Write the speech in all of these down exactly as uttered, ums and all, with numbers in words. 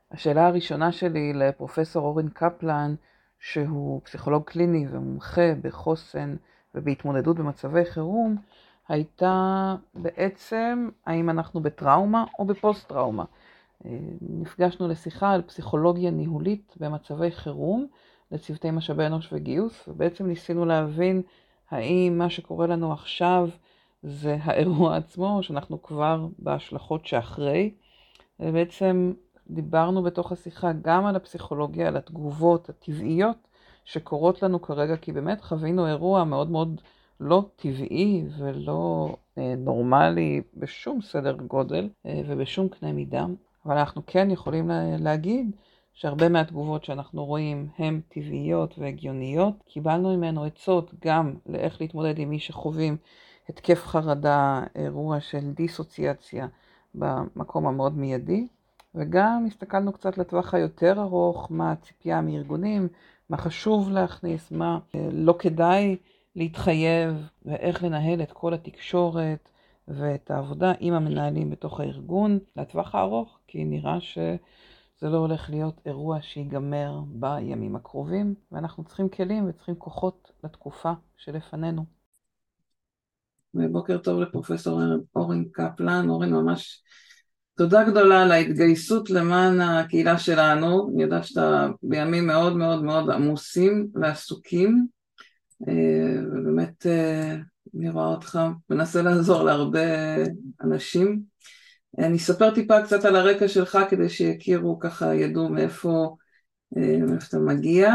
השאלה הראשונה שלי לפרופסור אורן קפלן, שהוא פסיכולוג קליני ומומחה בחוסן ובהתמודדות במצבי חירום, הייתה בעצם האם אנחנו בטראומה או בפוסט טראומה. נפגשנו לשיחה על פסיכולוגיה ניהולית במצבי חירום לצוותי משאבי אנוש וגיוס, ובעצם ניסינו להבין האם מה שקורה לנו עכשיו זה האירוע עצמו, או שאנחנו כבר בהשלכות שאחרי. ובעצם דיברנו בתוך השיחה גם על הפסיכולוגיה, על התגובות הטבעיות שקורות לנו כרגע, כי באמת חווינו אירוע מאוד מאוד לא טבעי ולא אה, נורמלי בשום סדר גודל אה, ובשום קנה מידה. אבל אנחנו כן יכולים להגיד שהרבה מהתגובות שאנחנו רואים הן טבעיות והגיוניות. קיבלנו ממנו עצות גם לאיך להתמודד עם מי שחווים התקף חרדה, אירוע של דיסוציאציה במקום המאוד מיידי, וגם הסתכלנו קצת לטווח היותר ארוך, מה הציפייה מארגונים, מה חשוב להכניס, מה לא כדאי להתחייב, ואיך לנהל את כל התקשורת ואת העבודה עם המנהלים בתוך הארגון לטווח הארוך, כי נראה שזה לא הולך להיות אירוע שיגמר בימים הקרובים, ואנחנו צריכים כלים וצריכים כוחות לתקופה שלפנינו. בוקר טוב לפרופסור אורן קפלן. אורן, ממש תודה גדולה על ההתגייסות למען הקהילה שלנו. אני יודעת שאתה בימים מאוד מאוד מאוד עמוסים ועסוקים, ובאמת אני רואה אותך מנסה לעזור להרבה אנשים. אני אספר טיפה קצת על הרקע שלך כדי שיכירו, ככה ידעו מאיפה, מאיפה אתה מגיע,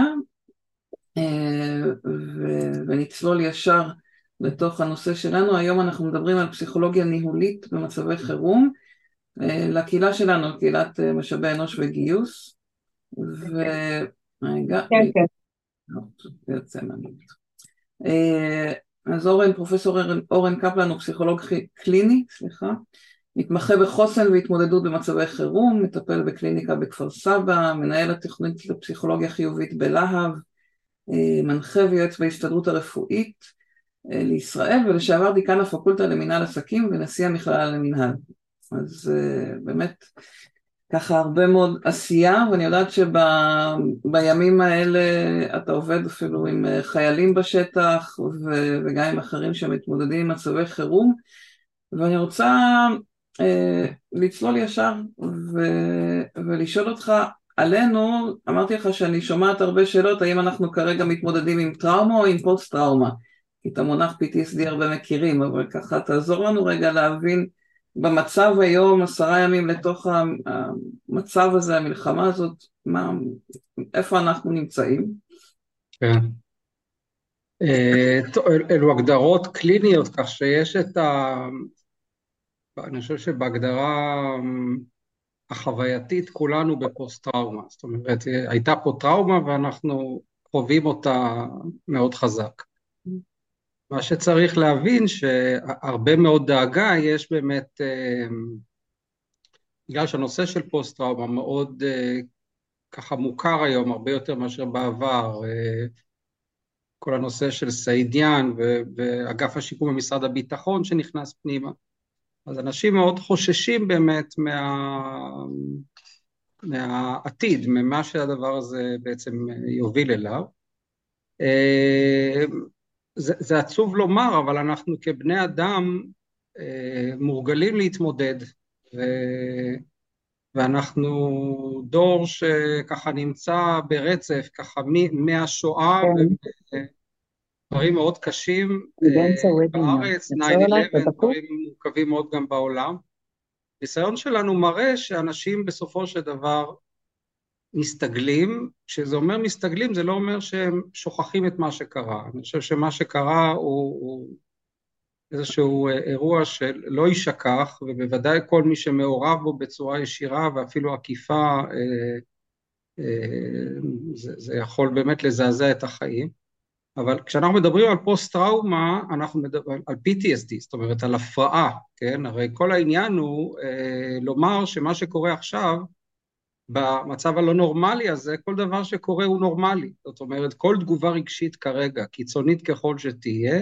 ונצלול ישר לתוך הנושא שלנו. היום אנחנו מדברים על פסיכולוגיה ניהולית במצבי חירום, לקהילה שלנו, קהילת משאבי אנוש וגיוס. ורגע, כן, כן. זה יוצא מעניין. אז אורן, פרופסור אורן קפלן הוא פסיכולוג קליני, סליחה, מתמחה בחוסן והתמודדות במצבי חירום, מטפל בקליניקה בכפר סבא, מנהל התוכנית לפסיכולוגיה חיובית בלהב, מנחה ויועץ בהסתדרות הרפואית לישראל, ולשעבר דיקן הפקולטה למנהל עסקים ונשיא המכללה למנהל. אז באמת ככה הרבה מאוד עשייה, ואני יודעת שבימים האלה אתה עובד אפילו עם חיילים בשטח וגם עם אחרים שמתמודדים עם מצבי חירום, ואני רוצה אה, לצלול ישר ו- ולשאול אותך עלינו. אמרתי לך שאני שומעת הרבה שאלות, האם אנחנו כרגע מתמודדים עם טראומה או עם פוסט טראומה, כי את המונח פי טי אס די הרבה מכירים, אבל ככה תעזור לנו רגע להבין במצב היום, עשרה ימים לתוך המצב הזה, המלחמה הזאת, מה, איפה אנחנו נמצאים? כן. אה, טוב, אלו הגדרות קליניות, כך שיש את ה... אני חושב שבהגדרה החווייתית כולנו בפוסט-טראומה. זאת אומרת, הייתה פה טראומה ואנחנו חווים אותה מאוד חזק. מה שצריך להבין שהרבה מאוד דאגה יש באמת, אה, בגלל שהנושא של פוסט-טראומה מאוד אה, ככה מוכר היום, הרבה יותר מאשר בעבר, אה, כל הנושא של סעידיאן ואגף השיקום במשרד הביטחון שנכנס פנימה. אז אנשים מאוד חוששים באמת מה... מהעתיד, ממה שהדבר הזה בעצם יוביל אליו. זה, זה עצוב לומר, אבל אנחנו כבני אדם מורגלים להתמודד, ו... ואנחנו דור שככה נמצא ברצף, ככה מהשואה, דברים מאוד קשים בארץ, תשע אחת עשרה, דברים מורכבים מאוד גם בעולם. ניסיון שלנו מראה שאנשים בסופו של דבר מסתגלים. כשזה אומר מסתגלים, זה לא אומר שהם שוכחים את מה שקרה. אני חושב שמה שקרה הוא, הוא איזשהו אירוע שלא יישכח, ובוודאי כל מי שמעורב בו בצורה ישירה ואפילו עקיפה, זה, זה יכול באמת לזעזע את החיים. אבל כשאנחנו מדברים על פוסט-טראומה, אנחנו מדברים על פי טי אס די, זאת אומרת על הפרעה, כן? הרי כל העניין הוא אה, לומר שמה שקורה עכשיו, במצב הלא נורמלי הזה, כל דבר שקורה הוא נורמלי. זאת אומרת, כל תגובה רגשית כרגע, קיצונית ככל שתהיה,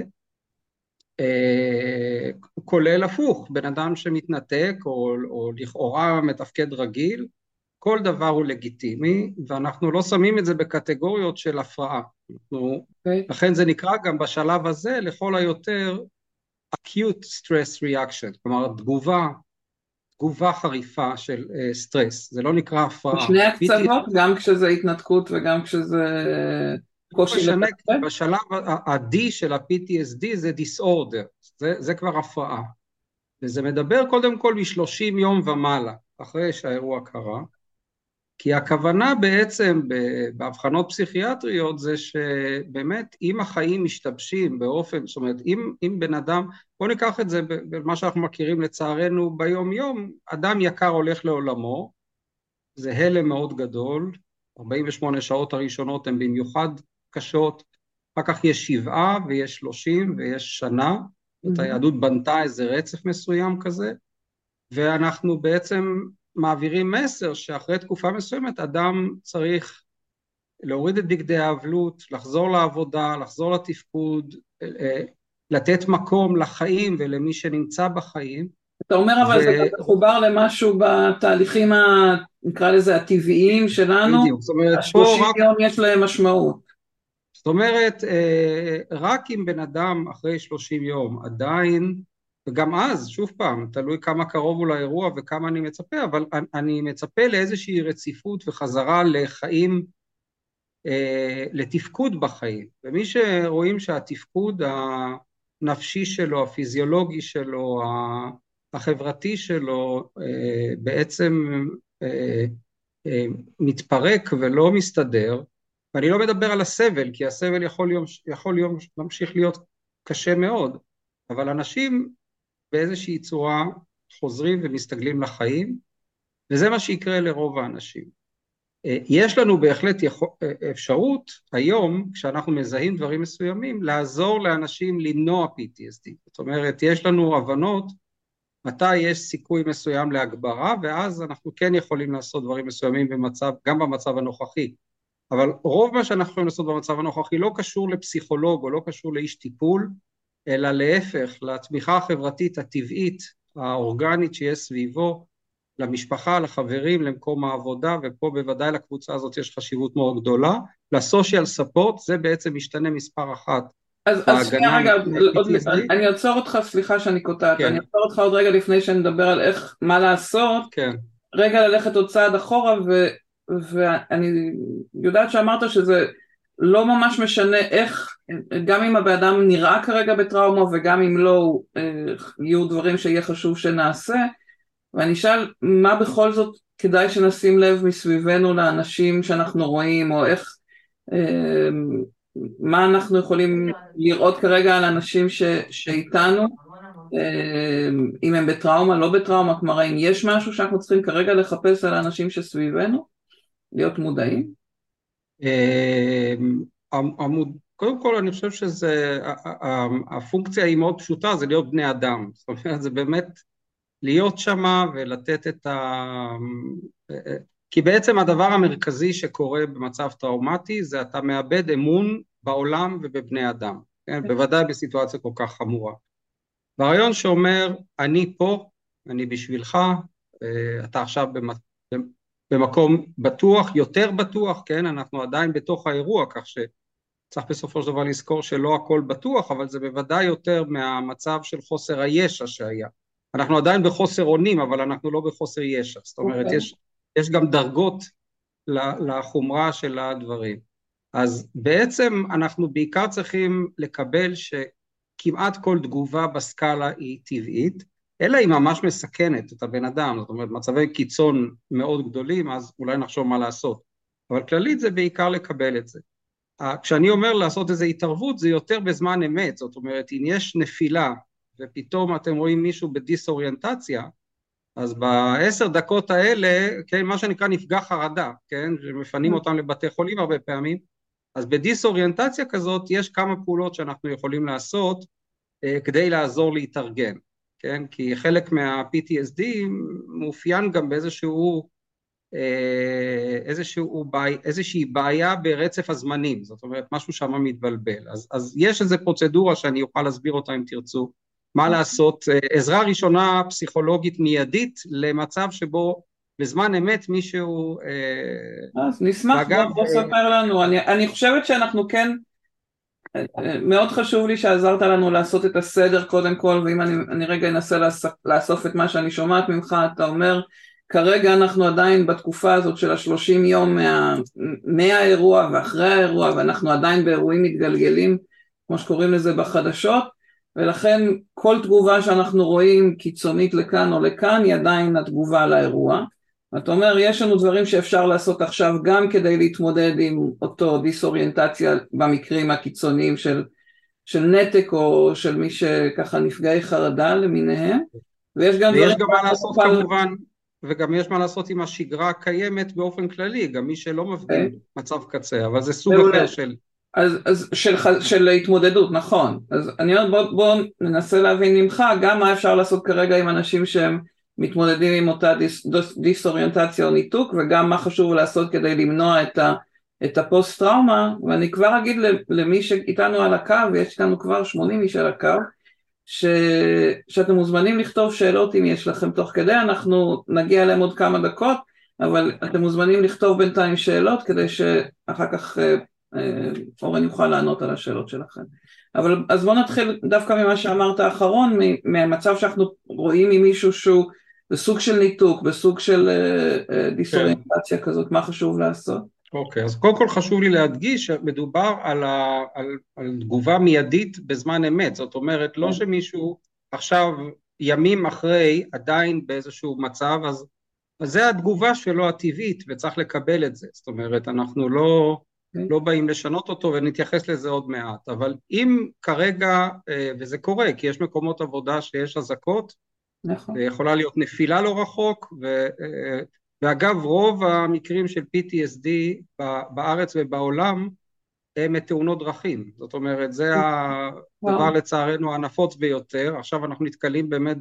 אה, כולל הפוך, בן אדם שמתנתק או, או לכאורה מתפקד רגיל, כל דבר הוא לגיטימי, ואנחנו לא שמים את זה בקטגוריות של הפרעה. אנחנו, okay. לכן זה נקרא גם בשלב הזה, לכל היותר, acute stress reaction, כלומר תגובה, תגובה חריפה של uh, סטרס, זה לא נקרא הפרעה. בשני הקצוות, פי טי אס די... גם כשזה התנתקות וגם כשזה קושי לתפקד? בשלב ה-D של ה-פי טי אס די זה disorder, זה, זה כבר הפרעה. וזה מדבר קודם כל מ-שלושים יום ומעלה, אחרי שהאירוע קרה, כי הכוונה בעצם בהבחנות פסיכיאטריות זה שבאמת אם החיים משתבשים באופן, זאת אומרת אם, אם בן אדם, בוא ניקח את זה במה שאנחנו מכירים לצערנו ביום יום, אדם יקר הולך לעולמו, זה הלם מאוד גדול, ארבעים ושמונה שעות הראשונות הן במיוחד קשות, אחר כך יש שבעה ויש שלושים ויש שנה, mm-hmm. את היהדות בנתה איזה רצף מסוים כזה, ואנחנו בעצם מעבירים מסר שאחרי תקופה מסוימת אדם צריך להוריד את בגדי האבלות, לחזור לעבודה, לחזור לתפקוד, לתת מקום לחיים ולמי שנמצא בחיים. אתה אומר אבל ו... זה מחובר למשהו בתהליכים, ה... נקרא לזה הטבעיים שלנו, בדיוק, זאת אומרת, השלושים רק... יום יש להם משמעות. זאת אומרת, רק אם בן אדם אחרי שלושים יום עדיין, וגם אז, שוב פעם, תלוי כמה קרוב הוא לאירוע וכמה אני מצפה, אבל אני מצפה לאיזושהי רציפות וחזרה לחיים, לתפקוד בחיים. ומי שרואים שהתפקוד הנפשי שלו, הפיזיולוגי שלו, החברתי שלו, בעצם מתפרק ולא מסתדר, ואני לא מדבר על הסבל, כי הסבל יכול, יום, יכול יום, להמשיך להיות קשה מאוד, אבל אנשים באיזושהי צורה חוזרים ומסתגלים לחיים, וזה מה שיקרה לרוב האנשים. יש לנו בהחלט אפשרות היום, כשאנחנו מזהים דברים מסוימים, לעזור לאנשים למנוע פי טי אס די. זאת אומרת, יש לנו הבנות, מתי יש סיכוי מסוים להגברה, ואז אנחנו כן יכולים לעשות דברים מסוימים במצב, גם במצב הנוכחי. אבל רוב מה שאנחנו יכולים לעשות במצב הנוכחי לא קשור לפסיכולוג או לא קשור לאיש טיפול, אלא להפך, לתמיכה החברתית הטבעית, האורגנית שיש סביבו, למשפחה, לחברים, למקום העבודה, ופה בוודאי לקבוצה הזאת יש חשיבות מאוד גדולה. לסושיאל ספורט, זה בעצם משתנה מספר אחת. אז, אז שנייה רגע, עוד, אני אעצור אותך, סליחה שאני קוטעת, כן. אני אעצור אותך עוד רגע לפני שנדבר על איך, מה לעשות, כן. רגע ללכת עוד צעד אחורה, ו, ואני יודעת שאמרת שזה לא ממש משנה איך, גם אם הבן אדם נראה כרגע בטראומה, וגם אם לא יהיו דברים שיהיה חשוב שנעשה, ואני אשאל מה בכל זאת כדאי שנשים לב מסביבנו לאנשים שאנחנו רואים, או איך, מה אנחנו יכולים לראות כרגע על אנשים ש, שאיתנו, אם הם בטראומה, לא בטראומה, כלומר, אם יש משהו שאנחנו צריכים כרגע לחפש על האנשים שסביבנו, להיות מודעים? קודם כל אני חושב שזה, הפונקציה היא מאוד פשוטה, זה להיות בני אדם, זאת אומרת, זה באמת להיות שמה ולתת את ה... כי בעצם הדבר המרכזי שקורה במצב טראומטי, זה אתה מאבד אמון בעולם ובבני אדם, כן? בוודאי בסיטואציה כל כך חמורה. והרעיון שאומר, אני פה, אני בשבילך, אתה עכשיו במקום בטוח, יותר בטוח, כן? אנחנו עדיין בתוך האירוע, כך שצריך בסופו של דבר לזכור שלא הכל בטוח, אבל זה בוודאי יותר מהמצב של חוסר הישע שהיה. אנחנו עדיין בחוסר אונים, אבל אנחנו לא בחוסר ישע. זאת אומרת, okay. יש, יש גם דרגות לחומרה של הדברים. אז בעצם אנחנו בעיקר צריכים לקבל שכמעט כל תגובה בסקאלה היא טבעית, אלא היא ממש מסכנת את הבן אדם, זאת אומרת, מצבי קיצון מאוד גדולים, אז אולי נחשוב מה לעשות. אבל כללית זה בעיקר לקבל את זה. כשאני אומר לעשות איזו התערבות, זה יותר בזמן אמת, זאת אומרת, אם יש נפילה, ופתאום אתם רואים מישהו בדיסאוריינטציה, אז בעשר דקות האלה, כן, מה שנקרא נפגע חרדה, כן, שמפנים אותם לבתי חולים הרבה פעמים, אז בדיסאוריינטציה כזאת יש כמה פעולות שאנחנו יכולים לעשות אה, כדי לעזור להתארגן, כן, כי חלק מה-פי טי אס די מאופיין גם באיזשהו, אה, איזשהו בעי, איזושהי בעיה ברצף הזמנים, זאת אומרת משהו שם מתבלבל, אז, אז יש איזו פרוצדורה שאני אוכל להסביר אותה אם תרצו, מה לעשות, עזרה ראשונה פסיכולוגית מיידית למצב שבו בזמן אמת מישהו... אז נשמח, ואגב, בוא, בוא ספר לנו, אני, אני חושבת שאנחנו כן, מאוד חשוב לי שעזרת לנו לעשות את הסדר קודם כל, ואם אני, אני רגע אנסה לאסוף, לאסוף את מה שאני שומעת ממך, אתה אומר, כרגע אנחנו עדיין בתקופה הזאת של השלושים יום מה, מהאירוע ואחרי האירוע, ואנחנו עדיין באירועים מתגלגלים, כמו שקוראים לזה בחדשות, ולכן כל תגובה שאנחנו רואים קיצונית לכאן או לכאן, היא עדיין התגובה לאירוע. אתה אומר, יש לנו דברים שאפשר לעשות עכשיו גם כדי להתמודד עם אותו דיסאוריינטציה במקרים הקיצוניים של, של נתק או של מי שככה נפגעי חרדה למיניהם, ויש גם ויש דברים... גם מה לעשות על... כמובן, וגם יש מה לעשות עם השגרה הקיימת באופן כללי, גם מי שלא מפגין okay. מצב קצה, אבל זה סוג אחר של... אז, אז של, של התמודדות, נכון. אז אני אומר, בוא, בוא ננסה להבין ממך גם מה אפשר לעשות כרגע עם אנשים שהם מתמודדים עם אותה דיס, דיסאוריינטציה או ניתוק, וגם מה חשוב לעשות כדי למנוע את, ה, את הפוסט-טראומה, ואני כבר אגיד למי שאיתנו על הקו, ויש איתנו כבר שמונים איש על הקו, ש, שאתם מוזמנים לכתוב שאלות אם יש לכם תוך כדי, אנחנו נגיע אליהם עוד כמה דקות, אבל אתם מוזמנים לכתוב בינתיים שאלות, כדי שאחר כך אורן יוכל לענות על השאלות שלכם. אבל אז בואו נתחיל דווקא ממה שאמרת האחרון, מהמצב שאנחנו רואים עם מישהו שהוא בסוג של ניתוק, בסוג של דיסאוריינטציה כזאת, מה חשוב לעשות? אוקיי, אז קודם כל חשוב לי להדגיש שמדובר על, ה, על, על תגובה מיידית בזמן אמת, זאת אומרת לא שמישהו עכשיו ימים אחרי עדיין באיזשהו מצב, אז, אז זה התגובה שלו הטבעית וצריך לקבל את זה, זאת אומרת אנחנו לא, לא באים לשנות אותו ונתייחס לזה עוד מעט, אבל אם כרגע, וזה קורה כי יש מקומות עבודה שיש הזקות, נכון. ויכולה להיות נפילה לא רחוק, ו... ואגב, רוב המקרים של פי טי אס די בארץ ובעולם הם מתאונות דרכים. זאת אומרת, זה הדבר לצערנו הנפוץ ביותר. עכשיו אנחנו נתקלים באמת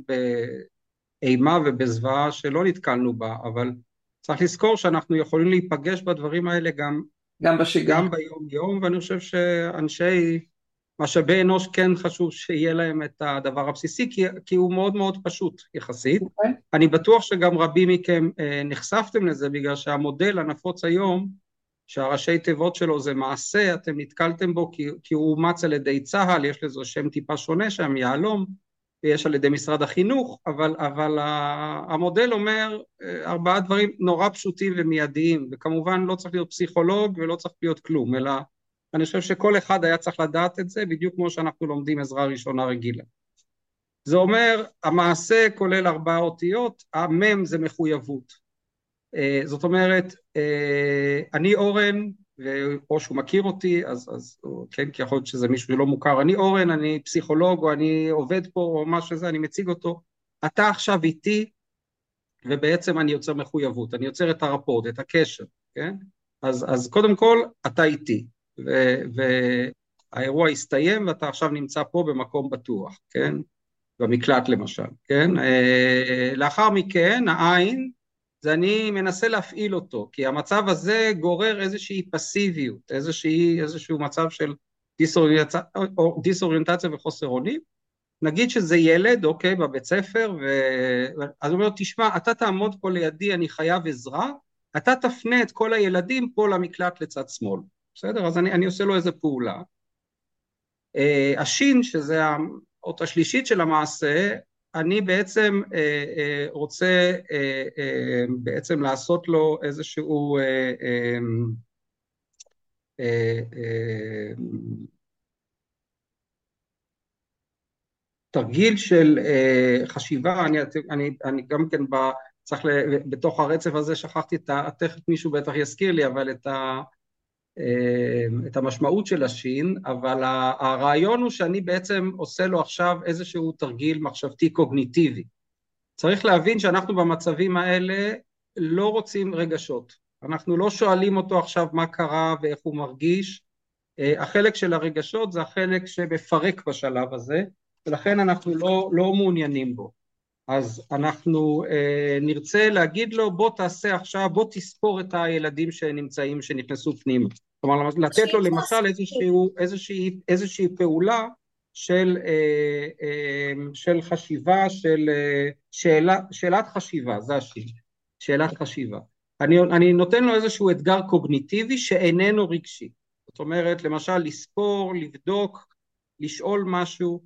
באימה ובזוועה שלא נתקלנו בה, אבל צריך לזכור שאנחנו יכולים להיפגש בדברים האלה גם, גם בשגרה. גם ביום יום, ואני חושב שאנשי משאבי אנוש כן חשוב שיהיה להם את הדבר הבסיסי, כי, כי הוא מאוד מאוד פשוט יחסית. Okay. אני בטוח שגם רבים מכם אה, נחשפתם לזה, בגלל שהמודל הנפוץ היום, שהראשי תיבות שלו זה מעשה, אתם נתקלתם בו כי, כי הוא אומץ על ידי צה"ל, יש לזה שם טיפה שונה שם, יעלום, ויש על ידי משרד החינוך, אבל, אבל המודל אומר אה, ארבעה דברים נורא פשוטים ומיידיים, וכמובן לא צריך להיות פסיכולוג ולא צריך להיות כלום, אלא אני חושב שכל אחד היה צריך לדעת את זה, בדיוק כמו שאנחנו לומדים עזרה ראשונה רגילה. זה אומר, המעשה כולל ארבעה אותיות, המם זה מחויבות. זאת אומרת, אני אורן, או שהוא מכיר אותי, אז, אז כן, כי יכול להיות שזה מישהו שלא מוכר, אני אורן, אני פסיכולוג, או אני עובד פה, או מה שזה, אני מציג אותו, אתה עכשיו איתי, ובעצם אני יוצר מחויבות, אני יוצר את הרפורט, את הקשר, כן? אז, אז קודם כל, אתה איתי. והאירוע הסתיים ואתה עכשיו נמצא פה במקום בטוח, כן? במקלט למשל, כן? לאחר מכן העין, זה אני מנסה להפעיל אותו, כי המצב הזה גורר איזושהי פסיביות, איזושהי, איזשהו מצב של דיסאוריינטציה, דיסאוריינטציה וחוסר אונים, נגיד שזה ילד, אוקיי, בבית ספר, ואז הוא אומר, תשמע, אתה תעמוד פה לידי, אני חייב עזרה, אתה תפנה את כל הילדים פה למקלט לצד שמאל. בסדר? אז אני, אני עושה לו איזה פעולה. Uh, השין, שזה האות השלישית של המעשה, אני בעצם uh, uh, רוצה uh, uh, בעצם לעשות לו איזשהו uh, uh, uh, uh, תרגיל של uh, חשיבה, אני, אני, אני גם כן ב, צריך ל, בתוך הרצף הזה שכחתי את ה... תכף מישהו בטח יזכיר לי, אבל את ה... את המשמעות של השין, אבל הרעיון הוא שאני בעצם עושה לו עכשיו איזשהו תרגיל מחשבתי קוגניטיבי. צריך להבין שאנחנו במצבים האלה לא רוצים רגשות. אנחנו לא שואלים אותו עכשיו מה קרה ואיך הוא מרגיש. החלק של הרגשות זה החלק שמפרק בשלב הזה, ולכן אנחנו לא, לא מעוניינים בו. אז אנחנו אה, נרצה להגיד לו, בוא תעשה עכשיו, בוא תספור את הילדים שנמצאים, שנכנסו פנימה. כלומר, לתת לו למשל איזשהו, איזושהי, איזושהי פעולה של, אה, אה, של חשיבה, של אה, שאלה, שאלת חשיבה, זה השאלה. שאלת חשיבה. אני, אני נותן לו איזשהו אתגר קוגניטיבי שאיננו רגשי. זאת אומרת, למשל, לספור, לבדוק, לשאול משהו.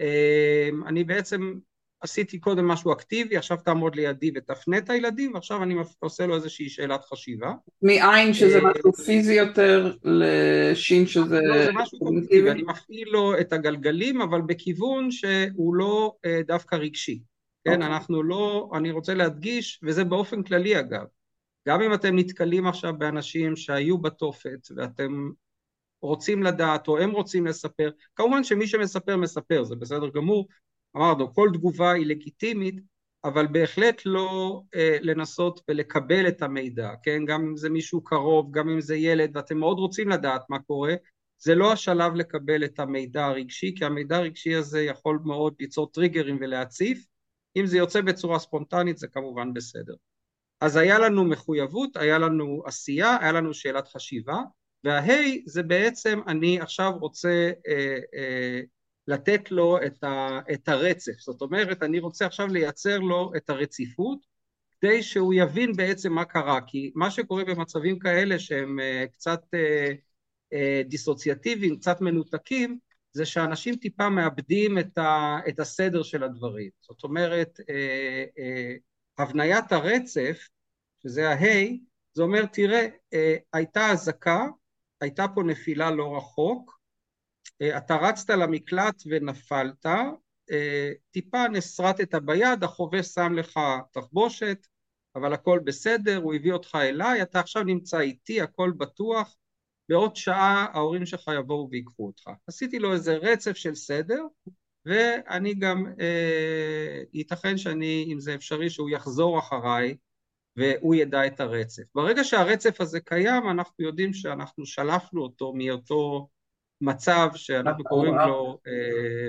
אני בעצם עשיתי קודם משהו אקטיבי, עכשיו תעמוד לידי ותפנה את הילדים, ועכשיו אני עושה לו איזושהי שאלת חשיבה. מעין שזה משהו פיזי יותר, לשין שזה לא, זה משהו קוגניטיבי, אני מפעיל לו את הגלגלים, אבל בכיוון שהוא לא דווקא רגשי. כן, אנחנו לא, אני רוצה להדגיש, וזה באופן כללי אגב, גם אם אתם נתקלים עכשיו באנשים שהיו בתופת, ואתם רוצים לדעת, או הם רוצים לספר, כמובן שמי שמספר מספר, זה בסדר גמור, אמרנו, כל תגובה היא לגיטימית, אבל בהחלט לא אה, לנסות ולקבל את המידע, כן? גם אם זה מישהו קרוב, גם אם זה ילד, ואתם מאוד רוצים לדעת מה קורה, זה לא השלב לקבל את המידע הרגשי, כי המידע הרגשי הזה יכול מאוד ליצור טריגרים ולהציף, אם זה יוצא בצורה ספונטנית זה כמובן בסדר. אז היה לנו מחויבות, היה לנו עשייה, היה לנו שאלת חשיבה, וההי זה בעצם אני עכשיו רוצה אה, אה, לתת לו את, ה, את הרצף, זאת אומרת אני רוצה עכשיו לייצר לו את הרציפות, כדי שהוא יבין בעצם מה קרה, כי מה שקורה במצבים כאלה שהם אה, קצת אה, אה, דיסוציאטיביים, קצת מנותקים, זה שאנשים טיפה מאבדים את, ה, את הסדר של הדברים, זאת אומרת אה, אה, הבניית הרצף, שזה ההי, זה אומר תראה, אה, הייתה הזקה, הייתה פה נפילה לא רחוק, אה, אתה רצת למקלט ונפלת, אה, טיפה נסרטת ביד, החובש שם לך תחבושת, אבל הכל בסדר, הוא הביא אותך אליי, אתה עכשיו נמצא איתי, הכל בטוח, בעוד שעה ההורים שלך יבואו ויקחו אותך. עשיתי לו איזה רצף של סדר, ואני גם, אה, ייתכן שאני, אם זה אפשרי, שהוא יחזור אחריי, והוא ידע את הרצף. ברגע שהרצף הזה קיים, אנחנו יודעים שאנחנו שלפנו אותו מאותו מצב שאנחנו קוראים לו אה,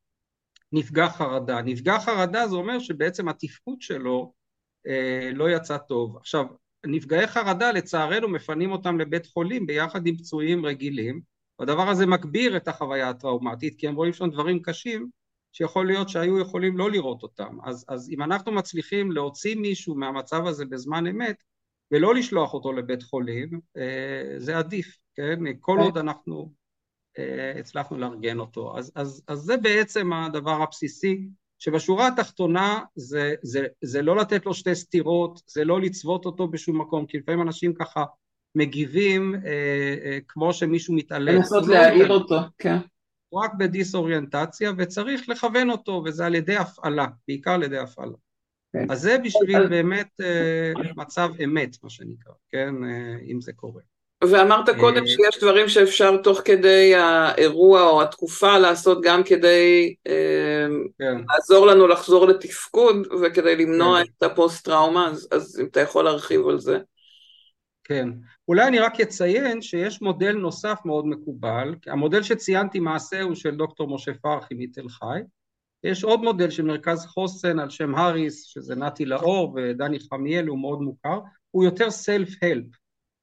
נפגע חרדה. נפגע חרדה זה אומר שבעצם התפקוד שלו אה, לא יצא טוב. עכשיו, נפגעי חרדה לצערנו מפנים אותם לבית חולים ביחד עם פצועים רגילים, והדבר הזה מגביר את החוויה הטראומטית, כי הם רואים שם דברים קשים, שיכול להיות שהיו יכולים לא לראות אותם. אז, אז אם אנחנו מצליחים להוציא מישהו מהמצב הזה בזמן אמת, ולא לשלוח אותו לבית חולים, אה, זה עדיף, כן? כל עוד אנחנו אה, הצלחנו לארגן אותו. אז, אז, אז זה בעצם הדבר הבסיסי, שבשורה התחתונה זה, זה, זה לא לתת לו שתי סתירות, זה לא לצוות אותו בשום מקום, כי לפעמים אנשים ככה מגיבים אה, אה, כמו שמישהו מתעלם. לנסות להעיר אותו, כן. הוא רק בדיסאוריינטציה, וצריך לכוון אותו, וזה על ידי הפעלה, בעיקר על ידי הפעלה. כן. אז זה בשביל באמת אה, מצב אמת, מה שנקרא, כן, אה, אם זה קורה. ואמרת קודם שיש דברים שאפשר תוך כדי האירוע או התקופה לעשות גם כדי כן. לעזור לנו לחזור לתפקוד וכדי למנוע כן. את הפוסט-טראומה, אז, אז אם אתה יכול להרחיב על זה. כן, אולי אני רק אציין שיש מודל נוסף מאוד מקובל, המודל שציינתי מעשה הוא של דוקטור משה פרחי מתל חי, יש עוד מודל של מרכז חוסן על שם הריס, שזה נתי לאור ודני חמיאל, הוא מאוד מוכר, הוא יותר self-help,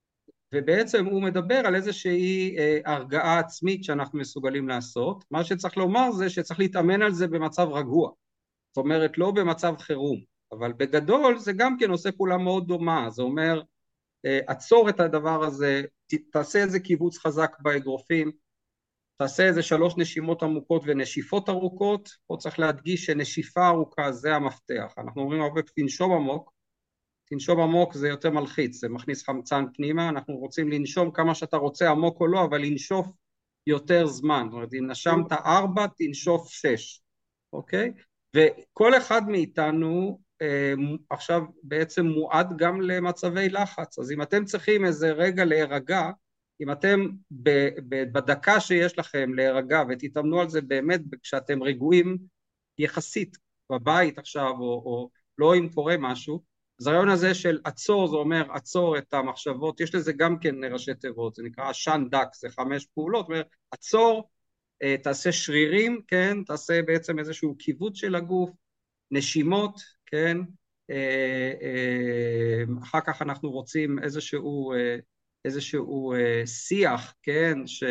ובעצם הוא מדבר על איזושהי הרגעה עצמית שאנחנו מסוגלים לעשות, מה שצריך לומר זה שצריך להתאמן על זה במצב רגוע, זאת אומרת לא במצב חירום, אבל בגדול זה גם כן עושה פעולה מאוד דומה, זה אומר עצור את הדבר הזה, תעשה איזה קיבוץ חזק באגרופים, תעשה איזה שלוש נשימות עמוקות ונשיפות ארוכות, פה צריך להדגיש שנשיפה ארוכה זה המפתח, אנחנו אומרים הרבה תנשום עמוק, תנשום עמוק זה יותר מלחיץ, זה מכניס חמצן פנימה, אנחנו רוצים לנשום כמה שאתה רוצה עמוק או לא, אבל לנשוף יותר זמן, זאת אומרת אם נשמת ארבע תנשוף שש, אוקיי? וכל אחד מאיתנו עכשיו בעצם מועד גם למצבי לחץ, אז אם אתם צריכים איזה רגע להירגע, אם אתם בדקה שיש לכם להירגע ותתאמנו על זה באמת כשאתם רגועים יחסית בבית עכשיו או, או לא אם קורה משהו, אז הרעיון הזה של עצור זה אומר עצור את המחשבות, יש לזה גם כן ראשי תיבות, זה נקרא עשן דק, זה חמש פעולות, אומר עצור, תעשה שרירים, כן, תעשה בעצם איזשהו קיבוץ של הגוף, נשימות, כן, אחר כך אנחנו רוצים איזשהו, איזשהו שיח, כן, ש,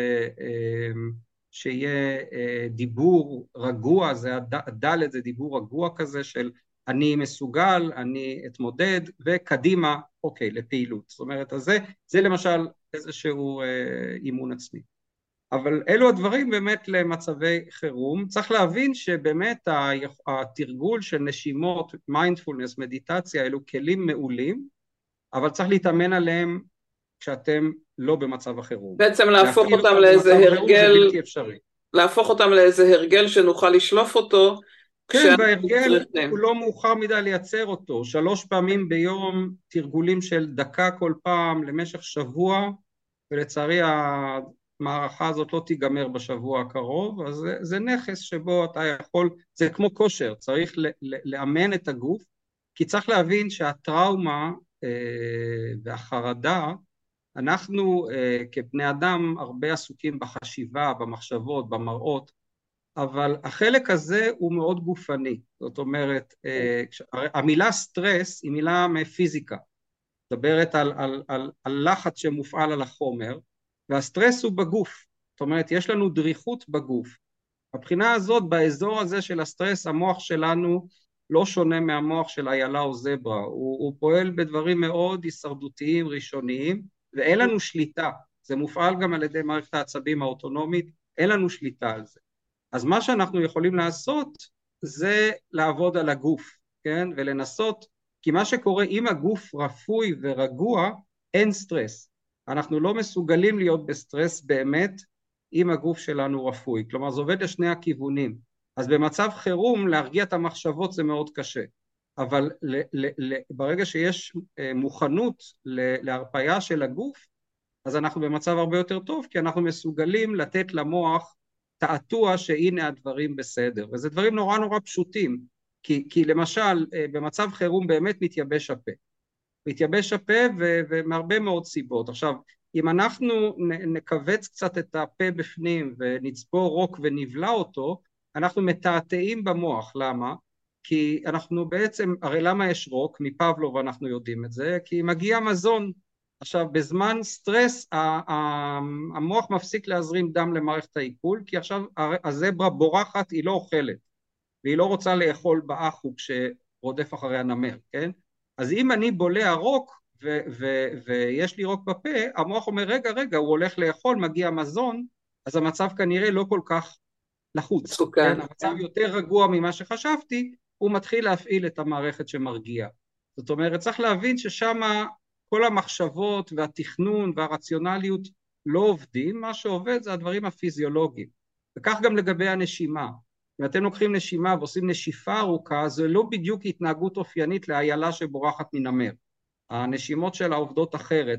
שיהיה דיבור רגוע, זה הדלת, זה דיבור רגוע כזה של אני מסוגל, אני אתמודד, וקדימה, אוקיי, לפעילות. זאת אומרת, אז זה, זה למשל איזשהו אה, אימון עצמי. אבל אלו הדברים באמת למצבי חירום. צריך להבין שבאמת התרגול של נשימות, מיינדפולנס, מדיטציה, אלו כלים מעולים, אבל צריך להתאמן עליהם כשאתם לא במצב החירום. בעצם להפוך אותם אותם לאיזה הרגל, זה בלתי אפשרי. להפוך אותם לאיזה הרגל שנוכל לשלוף אותו, כן, בהרגל הוא לא מאוחר מדי לייצר אותו, שלוש פעמים ביום, תרגולים של דקה כל פעם למשך שבוע, ולצערי המערכה הזאת לא תיגמר בשבוע הקרוב, אז זה, זה נכס שבו אתה יכול, זה כמו כושר, צריך ל, ל, לאמן את הגוף, כי צריך להבין שהטראומה אה, והחרדה, אנחנו אה, כבני אדם הרבה עסוקים בחשיבה, במחשבות, במראות, אבל החלק הזה הוא מאוד גופני, זאת אומרת, אה, המילה סטרס היא מילה מפיזיקה, מדברת על, על, על, על לחץ שמופעל על החומר, והסטרס הוא בגוף, זאת אומרת, יש לנו דריכות בגוף. מבחינה הזאת, באזור הזה של הסטרס, המוח שלנו לא שונה מהמוח של איילה או זברה, הוא, הוא פועל בדברים מאוד הישרדותיים, ראשוניים, ואין לנו שליטה, זה מופעל גם על ידי מערכת העצבים האוטונומית, אין לנו שליטה על זה. אז מה שאנחנו יכולים לעשות, זה לעבוד על הגוף, כן? ולנסות, כי מה שקורה, אם הגוף רפוי ורגוע, אין סטרס. אנחנו לא מסוגלים להיות בסטרס באמת, אם הגוף שלנו רפוי. כלומר, זה עובד לשני הכיוונים. אז במצב חירום, להרגיע את המחשבות זה מאוד קשה. אבל ל- ל- ל- ברגע שיש מוכנות להרפאיה של הגוף, אז אנחנו במצב הרבה יותר טוב, כי אנחנו מסוגלים לתת למוח תעתוע שהנה הדברים בסדר. וזה דברים נורא נורא פשוטים, כי, כי למשל, במצב חירום באמת מתייבש הפה. מתייבש הפה ו- ומהרבה מאוד סיבות. עכשיו, אם אנחנו נקבץ קצת את הפה בפנים ונצבור רוק ונבלע אותו, אנחנו מתעתעים במוח. למה? כי אנחנו בעצם, הרי למה יש רוק? מפבלוב אנחנו יודעים את זה, כי מגיע מזון. עכשיו, בזמן סטרס, המוח מפסיק להזרים דם למערכת העיכול, כי עכשיו הזברה בורחת, היא לא אוכלת, והיא לא רוצה לאכול באחו כשרודף אחרי הנמר, כן? אז אם אני בולע רוק, ו- ו- ויש לי רוק בפה, המוח אומר, רגע, רגע, הוא הולך לאכול, מגיע מזון, אז המצב כנראה לא כל כך לחוץ, כן? המצב יותר רגוע ממה שחשבתי, הוא מתחיל להפעיל את המערכת שמרגיעה. זאת אומרת, צריך להבין ששם כל המחשבות והתכנון והרציונליות לא עובדים, מה שעובד זה הדברים הפיזיולוגיים. וכך גם לגבי הנשימה. אם אתם לוקחים נשימה ועושים נשיפה ארוכה, זה לא בדיוק התנהגות אופיינית לאיילה שבורחת מנמר. הנשימות שלה עובדות אחרת.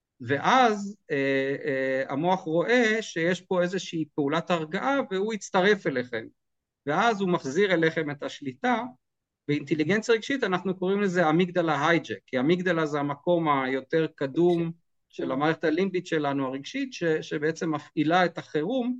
ואז אה, אה, המוח רואה שיש פה איזושהי פעולת הרגעה והוא יצטרף אליכם. ואז הוא מחזיר אליכם את השליטה. באינטליגנציה רגשית אנחנו קוראים לזה אמיגדלה הייג'ק, כי אמיגדלה זה המקום היותר קדום של המערכת הלימבית שלנו הרגשית, ש, שבעצם מפעילה את החירום,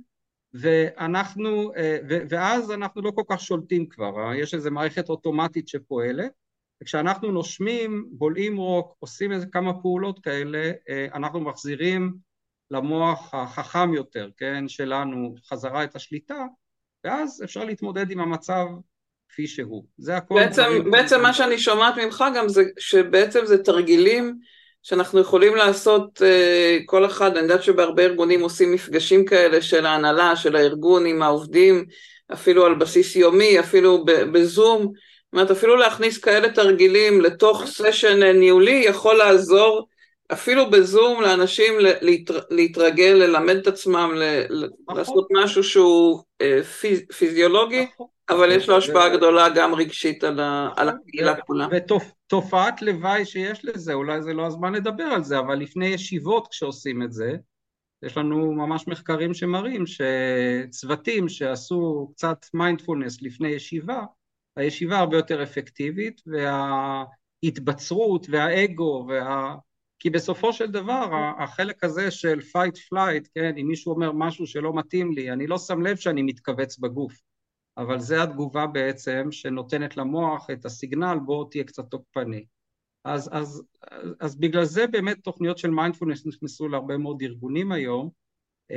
ואנחנו, ו, ואז אנחנו לא כל כך שולטים כבר, יש איזו מערכת אוטומטית שפועלת, וכשאנחנו נושמים, בולעים רוק, עושים איזה כמה פעולות כאלה, אנחנו מחזירים למוח החכם יותר, כן, שלנו חזרה את השליטה, ואז אפשר להתמודד עם המצב כפי שהוא. זה הכל בעצם, דברים... בעצם מה שאני שומעת ממך גם זה שבעצם זה תרגילים שאנחנו יכולים לעשות כל אחד, אני יודעת שבהרבה ארגונים עושים מפגשים כאלה של ההנהלה, של הארגון עם העובדים, אפילו על בסיס יומי, אפילו בזום, זאת אומרת אפילו להכניס כאלה תרגילים לתוך סשן ניהולי יכול לעזור אפילו בזום לאנשים להתרגל, ללמד את עצמם, לעשות משהו שהוא פיזיולוגי, אבל יש לו השפעה גדולה גם רגשית על הקהילה כולה. ותופעת לוואי שיש לזה, אולי זה לא הזמן לדבר על זה, אבל לפני ישיבות כשעושים את זה, יש לנו ממש מחקרים שמראים שצוותים שעשו קצת מיינדפולנס לפני ישיבה, הישיבה הרבה יותר אפקטיבית, וההתבצרות והאגו, וה... כי בסופו של דבר החלק הזה של fight flight, כן, אם מישהו אומר משהו שלא מתאים לי, אני לא שם לב שאני מתכווץ בגוף, אבל זה התגובה בעצם שנותנת למוח את הסיגנל, בוא תהיה קצת תוקפני. אז, אז, אז בגלל זה באמת תוכניות של מיינדפולנס נכנסו להרבה מאוד ארגונים היום,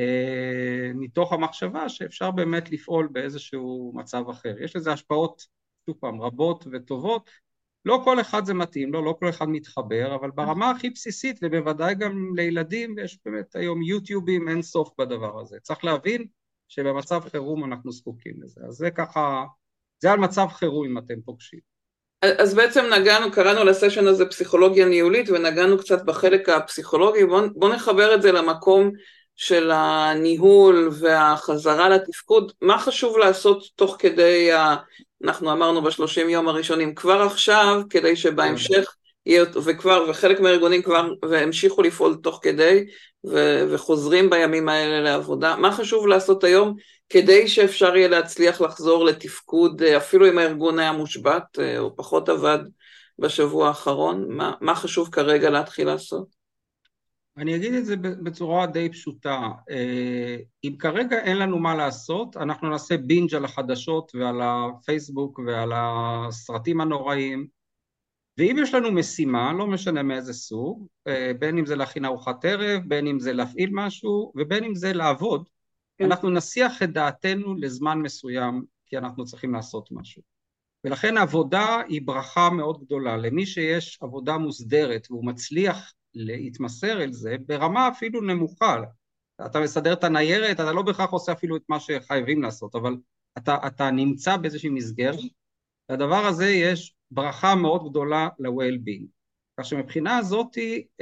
אה, מתוך המחשבה שאפשר באמת לפעול באיזשהו מצב אחר. יש לזה השפעות שוב פעם, רבות וטובות, לא כל אחד זה מתאים, לא, לא כל אחד מתחבר, אבל ברמה הכי בסיסית, ובוודאי גם לילדים, יש באמת היום יוטיובים אין סוף בדבר הזה. צריך להבין שבמצב חירום אנחנו זקוקים לזה. אז זה ככה, זה על מצב חירום אם אתם פוגשים. אז בעצם נגענו, קראנו לסשן הזה פסיכולוגיה ניהולית, ונגענו קצת בחלק הפסיכולוגי, בוא, בוא נחבר את זה למקום של הניהול והחזרה לתפקוד. מה חשוב לעשות תוך כדי, ה... אנחנו אמרנו בשלושים יום הראשונים, כבר עכשיו, כדי שבהמשך יהיה, וכבר, וחלק מהארגונים כבר, והמשיכו לפעול תוך כדי, ו... וחוזרים בימים האלה לעבודה. מה חשוב לעשות היום, כדי שאפשר יהיה להצליח לחזור לתפקוד, אפילו אם הארגון היה מושבת, או פחות עבד בשבוע האחרון? מה, מה חשוב כרגע להתחיל לעשות? אני אגיד את זה בצורה די פשוטה. אם כרגע אין לנו מה לעשות, אנחנו נעשה בינג' על החדשות ועל הפייסבוק ועל הסרטים הנוראים, ואם יש לנו משימה, לא משנה מאיזה סוג, בין אם זה להכין ארוחת ערב, בין אם זה להפעיל משהו, ובין אם זה לעבוד, אנחנו נסיח את דעתנו לזמן מסוים, כי אנחנו צריכים לעשות משהו. ולכן העבודה היא ברכה מאוד גדולה. למי שיש עבודה מוסדרת והוא מצליח להתמסר אל זה, ברמה אפילו נמוכה. אתה מסדר את הניירת, אתה לא בהכרח עושה אפילו את מה שחייבים לעשות, אבל אתה, אתה נמצא באיזושהי מסגרת, והדבר הזה יש ברכה מאוד גדולה ל-well-being. כך שמבחינה הזאת,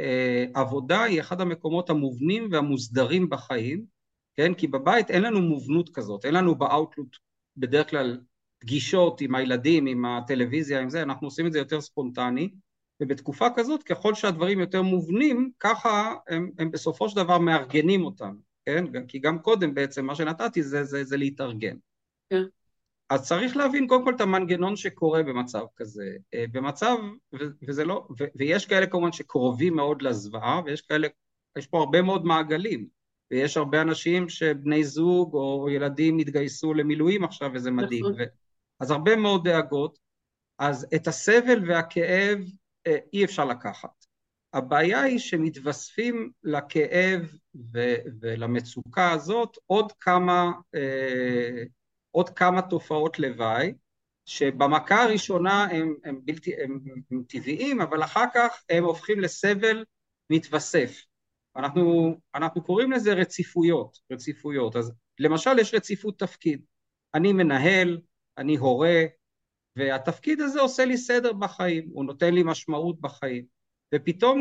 עבודה היא אחד המקומות המובנים והמוסדרים בחיים, כן? כי בבית אין לנו מובנות כזאת, אין לנו באוטלוק בדרך כלל פגישות עם הילדים, עם הטלוויזיה, עם זה, אנחנו עושים את זה יותר ספונטני, ובתקופה כזאת, ככל שהדברים יותר מובנים, ככה הם, הם בסופו של דבר מארגנים אותם, כן? כי גם קודם בעצם מה שנתתי זה, זה, זה להתארגן. כן. אז צריך להבין קודם כל את המנגנון שקורה במצב כזה, במצב, וזה לא, ו, ויש כאלה כמובן שקרובים מאוד לזוועה, ויש כאלה, יש פה הרבה מאוד מעגלים, ויש הרבה אנשים שבני זוג או ילדים התגייסו למילואים עכשיו, וזה מדהים, ו, אז הרבה מאוד דאגות, אז את הסבל והכאב אי אפשר לקחת. הבעיה היא שמתווספים לכאב ו, ולמצוקה הזאת עוד כמה, אה, עוד כמה תופעות לוואי, שבמכה הראשונה הם, הם, בלתי, הם, הם טבעיים, אבל אחר כך הם הופכים לסבל מתווסף. אנחנו, אנחנו קוראים לזה רציפויות, רציפויות. אז למשל יש רציפות תפקיד. אני מנהל, אני הורה, והתפקיד הזה עושה לי סדר בחיים, הוא נותן לי משמעות בחיים. ופתאום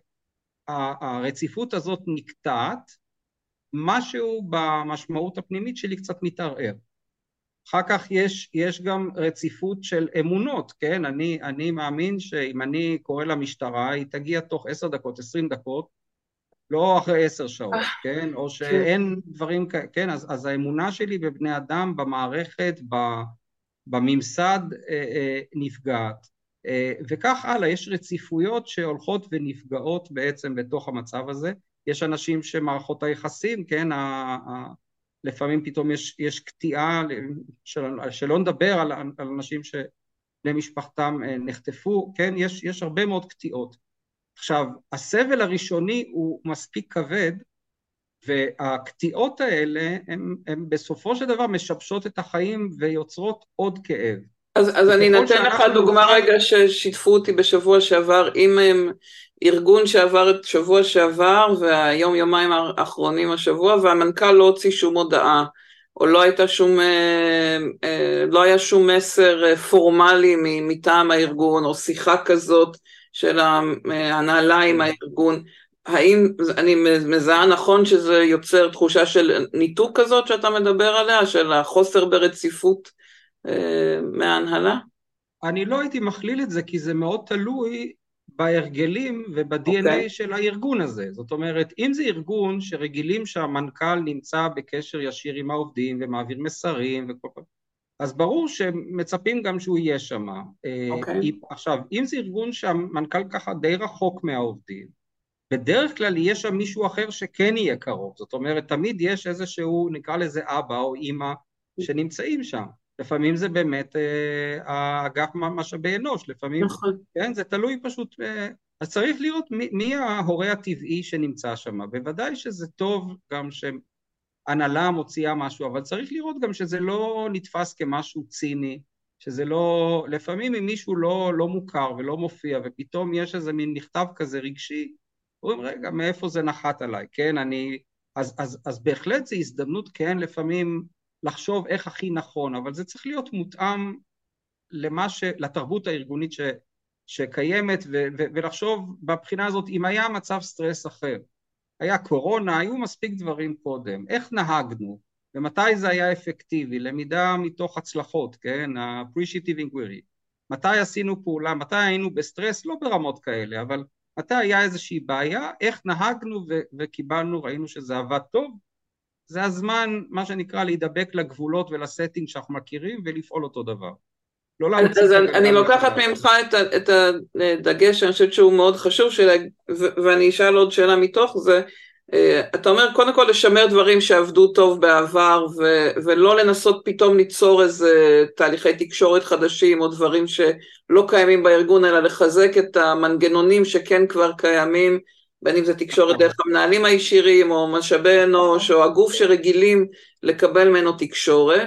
כשהרציפות הזאת נקטעת, משהו במשמעות הפנימית שלי קצת מתערער. אחר כך יש, יש גם רציפות של אמונות, כן? אני, אני מאמין שאם אני קורא למשטרה, היא תגיע תוך עשר דקות, עשרים דקות, לא אחרי עשר שעות, כן? או שאין דברים כאלה, כן? אז, אז האמונה שלי בבני אדם, במערכת, בממסד, נפגעת. וכך הלאה, יש רציפויות שהולכות ונפגעות בעצם בתוך המצב הזה. יש אנשים שמערכות היחסים, כן? לפעמים פתאום יש, יש קטיעה, של, שלא נדבר על, על אנשים שבני משפחתם נחטפו, כן? יש, יש הרבה מאוד קטיעות. עכשיו, הסבל הראשוני הוא מספיק כבד, והקטיעות האלה הן, הן בסופו של דבר משבשות את החיים ויוצרות עוד כאב. אז, אז אני נתן לך דוגמה נוכל... רגע ששיתפו אותי בשבוע שעבר, אם הם ארגון שעבר את שבוע שעבר, והיום יומיים האחרונים השבוע, והמנכ"ל לא הוציא שום הודעה, או לא הייתה שום, לא היה שום מסר פורמלי מטעם הארגון, או שיחה כזאת של ההנהלה עם הארגון. האם אני מזהה נכון שזה יוצר תחושה של ניתוק כזאת שאתה מדבר עליה, של החוסר ברציפות מההנהלה? אני לא הייתי מכליל את זה, כי זה מאוד תלוי בהרגלים וב-די אן איי okay. של הארגון הזה. זאת אומרת, אם זה ארגון שרגילים שהמנכ"ל נמצא בקשר ישיר עם העובדים ומעביר מסרים וכל כך, אז ברור שמצפים גם שהוא יהיה שם. Okay. עכשיו, אם זה ארגון שהמנכ"ל ככה די רחוק מהעובדים, בדרך כלל יהיה שם מישהו אחר שכן יהיה קרוב. זאת אומרת, תמיד יש איזשהו, נקרא לזה אבא או אמא, שנמצאים שם. לפעמים זה באמת האגף משאבי אנוש, לפעמים, כן, זה תלוי פשוט, אז צריך לראות מי, מי ההורה הטבעי שנמצא שם. בוודאי שזה טוב גם שהנהלה מוציאה משהו, אבל צריך לראות גם שזה לא נתפס כמשהו ציני, שזה לא, לפעמים אם מישהו לא, לא מוכר ולא מופיע, ופתאום יש איזה מין מכתב כזה רגשי, אומרים, רגע, מאיפה זה נחת עליי, כן, אני, אז, אז, אז בהחלט זה הזדמנות, כן, לפעמים לחשוב איך הכי נכון, אבל זה צריך להיות מותאם למה ש, לתרבות הארגונית ש, שקיימת, ו, ו, ולחשוב בבחינה הזאת, אם היה מצב סטרס אחר, היה קורונה, היו מספיק דברים קודם, איך נהגנו, ומתי זה היה אפקטיבי, למידה מתוך הצלחות, כן, ה-appreciative inquiry, מתי עשינו פעולה, מתי היינו בסטרס, לא ברמות כאלה, אבל מתי היה איזושהי בעיה, איך נהגנו ו- וקיבלנו, ראינו שזה עבד טוב, זה הזמן, מה שנקרא, להידבק לגבולות ולסטינג שאנחנו מכירים, ולפעול אותו דבר. לא להמציא אז את אני, הגלגל אני לוקחת מחדש. ממך את, ה- את הדגש, אני חושבת שהוא מאוד חשוב, שלה, ו, ואני אשאל עוד שאלה מתוך זה, אתה אומר קודם כל לשמר דברים שעבדו טוב בעבר, ו, ולא לנסות פתאום ליצור איזה תהליכי תקשורת חדשים, או דברים שלא קיימים בארגון, אלא לחזק את המנגנונים שכן כבר קיימים, בין אם זה תקשורת דרך המנהלים הישירים, או משאבי אנוש, או הגוף שרגילים לקבל ממנו תקשורת,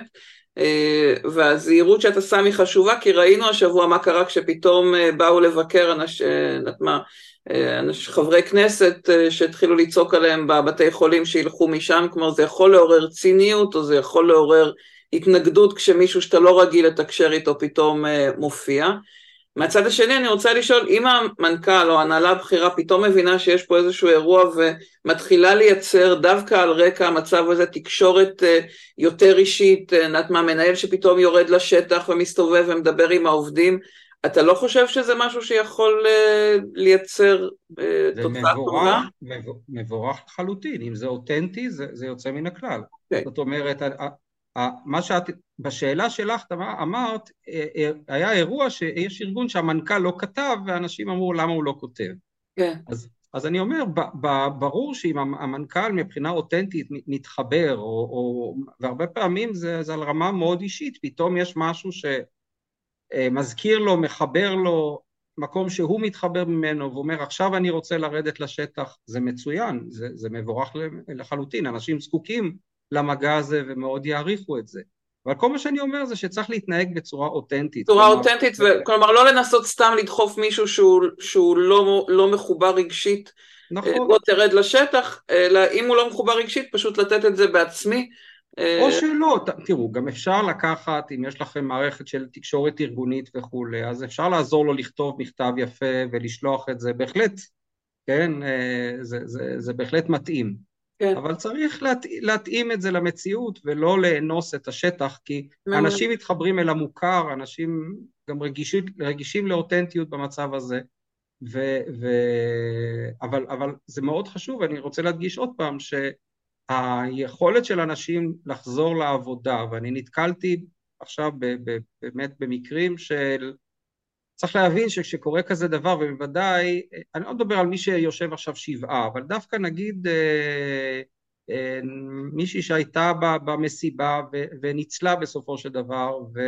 והזהירות שאתה שם היא חשובה, כי ראינו השבוע מה קרה כשפתאום באו לבקר אנש, מה, אנש, חברי כנסת שהתחילו לצעוק עליהם בבתי חולים שילכו משם, כלומר זה יכול לעורר ציניות, או זה יכול לעורר התנגדות כשמישהו שאתה לא רגיל לתקשר איתו פתאום מופיע. מהצד השני אני רוצה לשאול, אם המנכ"ל או הנהלה הבכירה פתאום מבינה שיש פה איזשהו אירוע ומתחילה לייצר דווקא על רקע המצב הזה תקשורת יותר אישית, נת מה, מנהל שפתאום יורד לשטח ומסתובב ומדבר עם העובדים, אתה לא חושב שזה משהו שיכול לייצר תוצאה טובה? זה מבורך לחלוטין, אם זה אותנטי זה, זה יוצא מן הכלל. Okay. זאת אומרת, מה שאת, בשאלה שלך אמרת, היה אירוע שיש ארגון שהמנכ"ל לא כתב, ואנשים אמרו למה הוא לא כותב. כן. אז, אז אני אומר, ברור שאם המנכ"ל מבחינה אותנטית מתחבר, או, או, והרבה פעמים זה, זה על רמה מאוד אישית, פתאום יש משהו שמזכיר לו, מחבר לו, מקום שהוא מתחבר ממנו, ואומר עכשיו אני רוצה לרדת לשטח, זה מצוין, זה, זה מבורך לחלוטין, אנשים זקוקים למגע הזה ומאוד יעריכו את זה. אבל כל מה שאני אומר זה שצריך להתנהג בצורה אותנטית. בצורה אותנטית, ו... כלומר לא לנסות סתם לדחוף מישהו שהוא, שהוא לא, לא מחובר רגשית, נכון. בוא תרד לשטח, אלא אם הוא לא מחובר רגשית, פשוט לתת את זה בעצמי. או שלא, תראו, גם אפשר לקחת, אם יש לכם מערכת של תקשורת ארגונית וכו', אז אפשר לעזור לו לכתוב מכתב יפה ולשלוח את זה, בהחלט, כן, זה, זה, זה בהחלט מתאים. כן. אבל צריך להת... להתאים את זה למציאות ולא לאנוס את השטח, כי אנשים מתחברים אל המוכר, אנשים גם רגישים, רגישים לאותנטיות במצב הזה, ו... ו... אבל, אבל זה מאוד חשוב, אני רוצה להדגיש עוד פעם שהיכולת של אנשים לחזור לעבודה, ואני נתקלתי עכשיו ב... ב... באמת במקרים של צריך להבין שכשקורה כזה דבר, ובוודאי, אני לא מדבר על מי שיושב עכשיו שבעה, אבל דווקא נגיד אה, אה, מישהי שהייתה במסיבה ו, וניצלה בסופו של דבר, ו,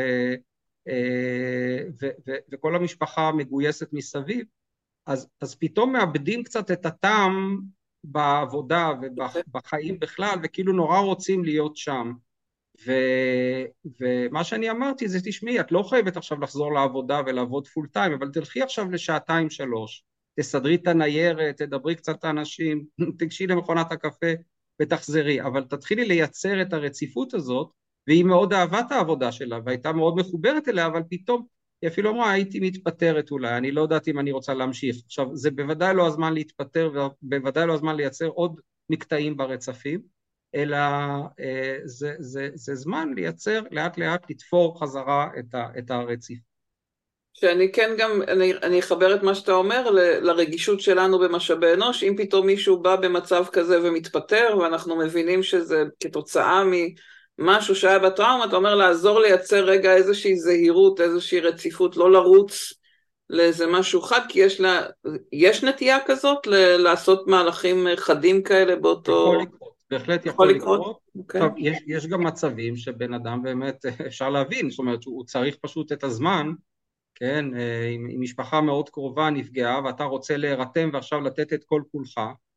אה, ו, ו, וכל המשפחה מגויסת מסביב, אז, אז פתאום מאבדים קצת את הטעם בעבודה ובחיים בכלל, וכאילו נורא רוצים להיות שם. ו, ומה שאני אמרתי זה, תשמעי, את לא חייבת עכשיו לחזור לעבודה ולעבוד פול טיים, אבל תלכי עכשיו לשעתיים שלוש, תסדרי את הניירת, תדברי קצת האנשים, תגשי למכונת הקפה ותחזרי, אבל תתחילי לייצר את הרציפות הזאת, והיא מאוד אהבה את העבודה שלה, והייתה מאוד מחוברת אליה, אבל פתאום היא אפילו אמרה, הייתי מתפטרת אולי, אני לא יודעת אם אני רוצה להמשיך. עכשיו, זה בוודאי לא הזמן להתפטר, ובוודאי לא הזמן לייצר עוד מקטעים ברצפים, אלא זה, זה, זה זמן לייצר, לאט לאט לתפור חזרה את, ה, את הרציף. שאני כן גם, אני, אני אחבר את מה שאתה אומר ל, לרגישות שלנו במשאבי אנוש, אם פתאום מישהו בא במצב כזה ומתפטר, ואנחנו מבינים שזה כתוצאה ממשהו שהיה בטראומה, אתה אומר לעזור לייצר רגע איזושהי זהירות, איזושהי רציפות, לא לרוץ לאיזה משהו חד, כי יש, לה, יש נטייה כזאת ל, לעשות מהלכים חדים כאלה באותו... יכול לקרות. בהחלט יכול לקרות. עכשיו, יש, יש גם מצבים שבן אדם באמת אפשר להבין, זאת אומרת, הוא צריך פשוט את הזמן, כן, אם, אם משפחה מאוד קרובה נפגעה, ואתה רוצה להירתם ועכשיו לתת את כל כולך,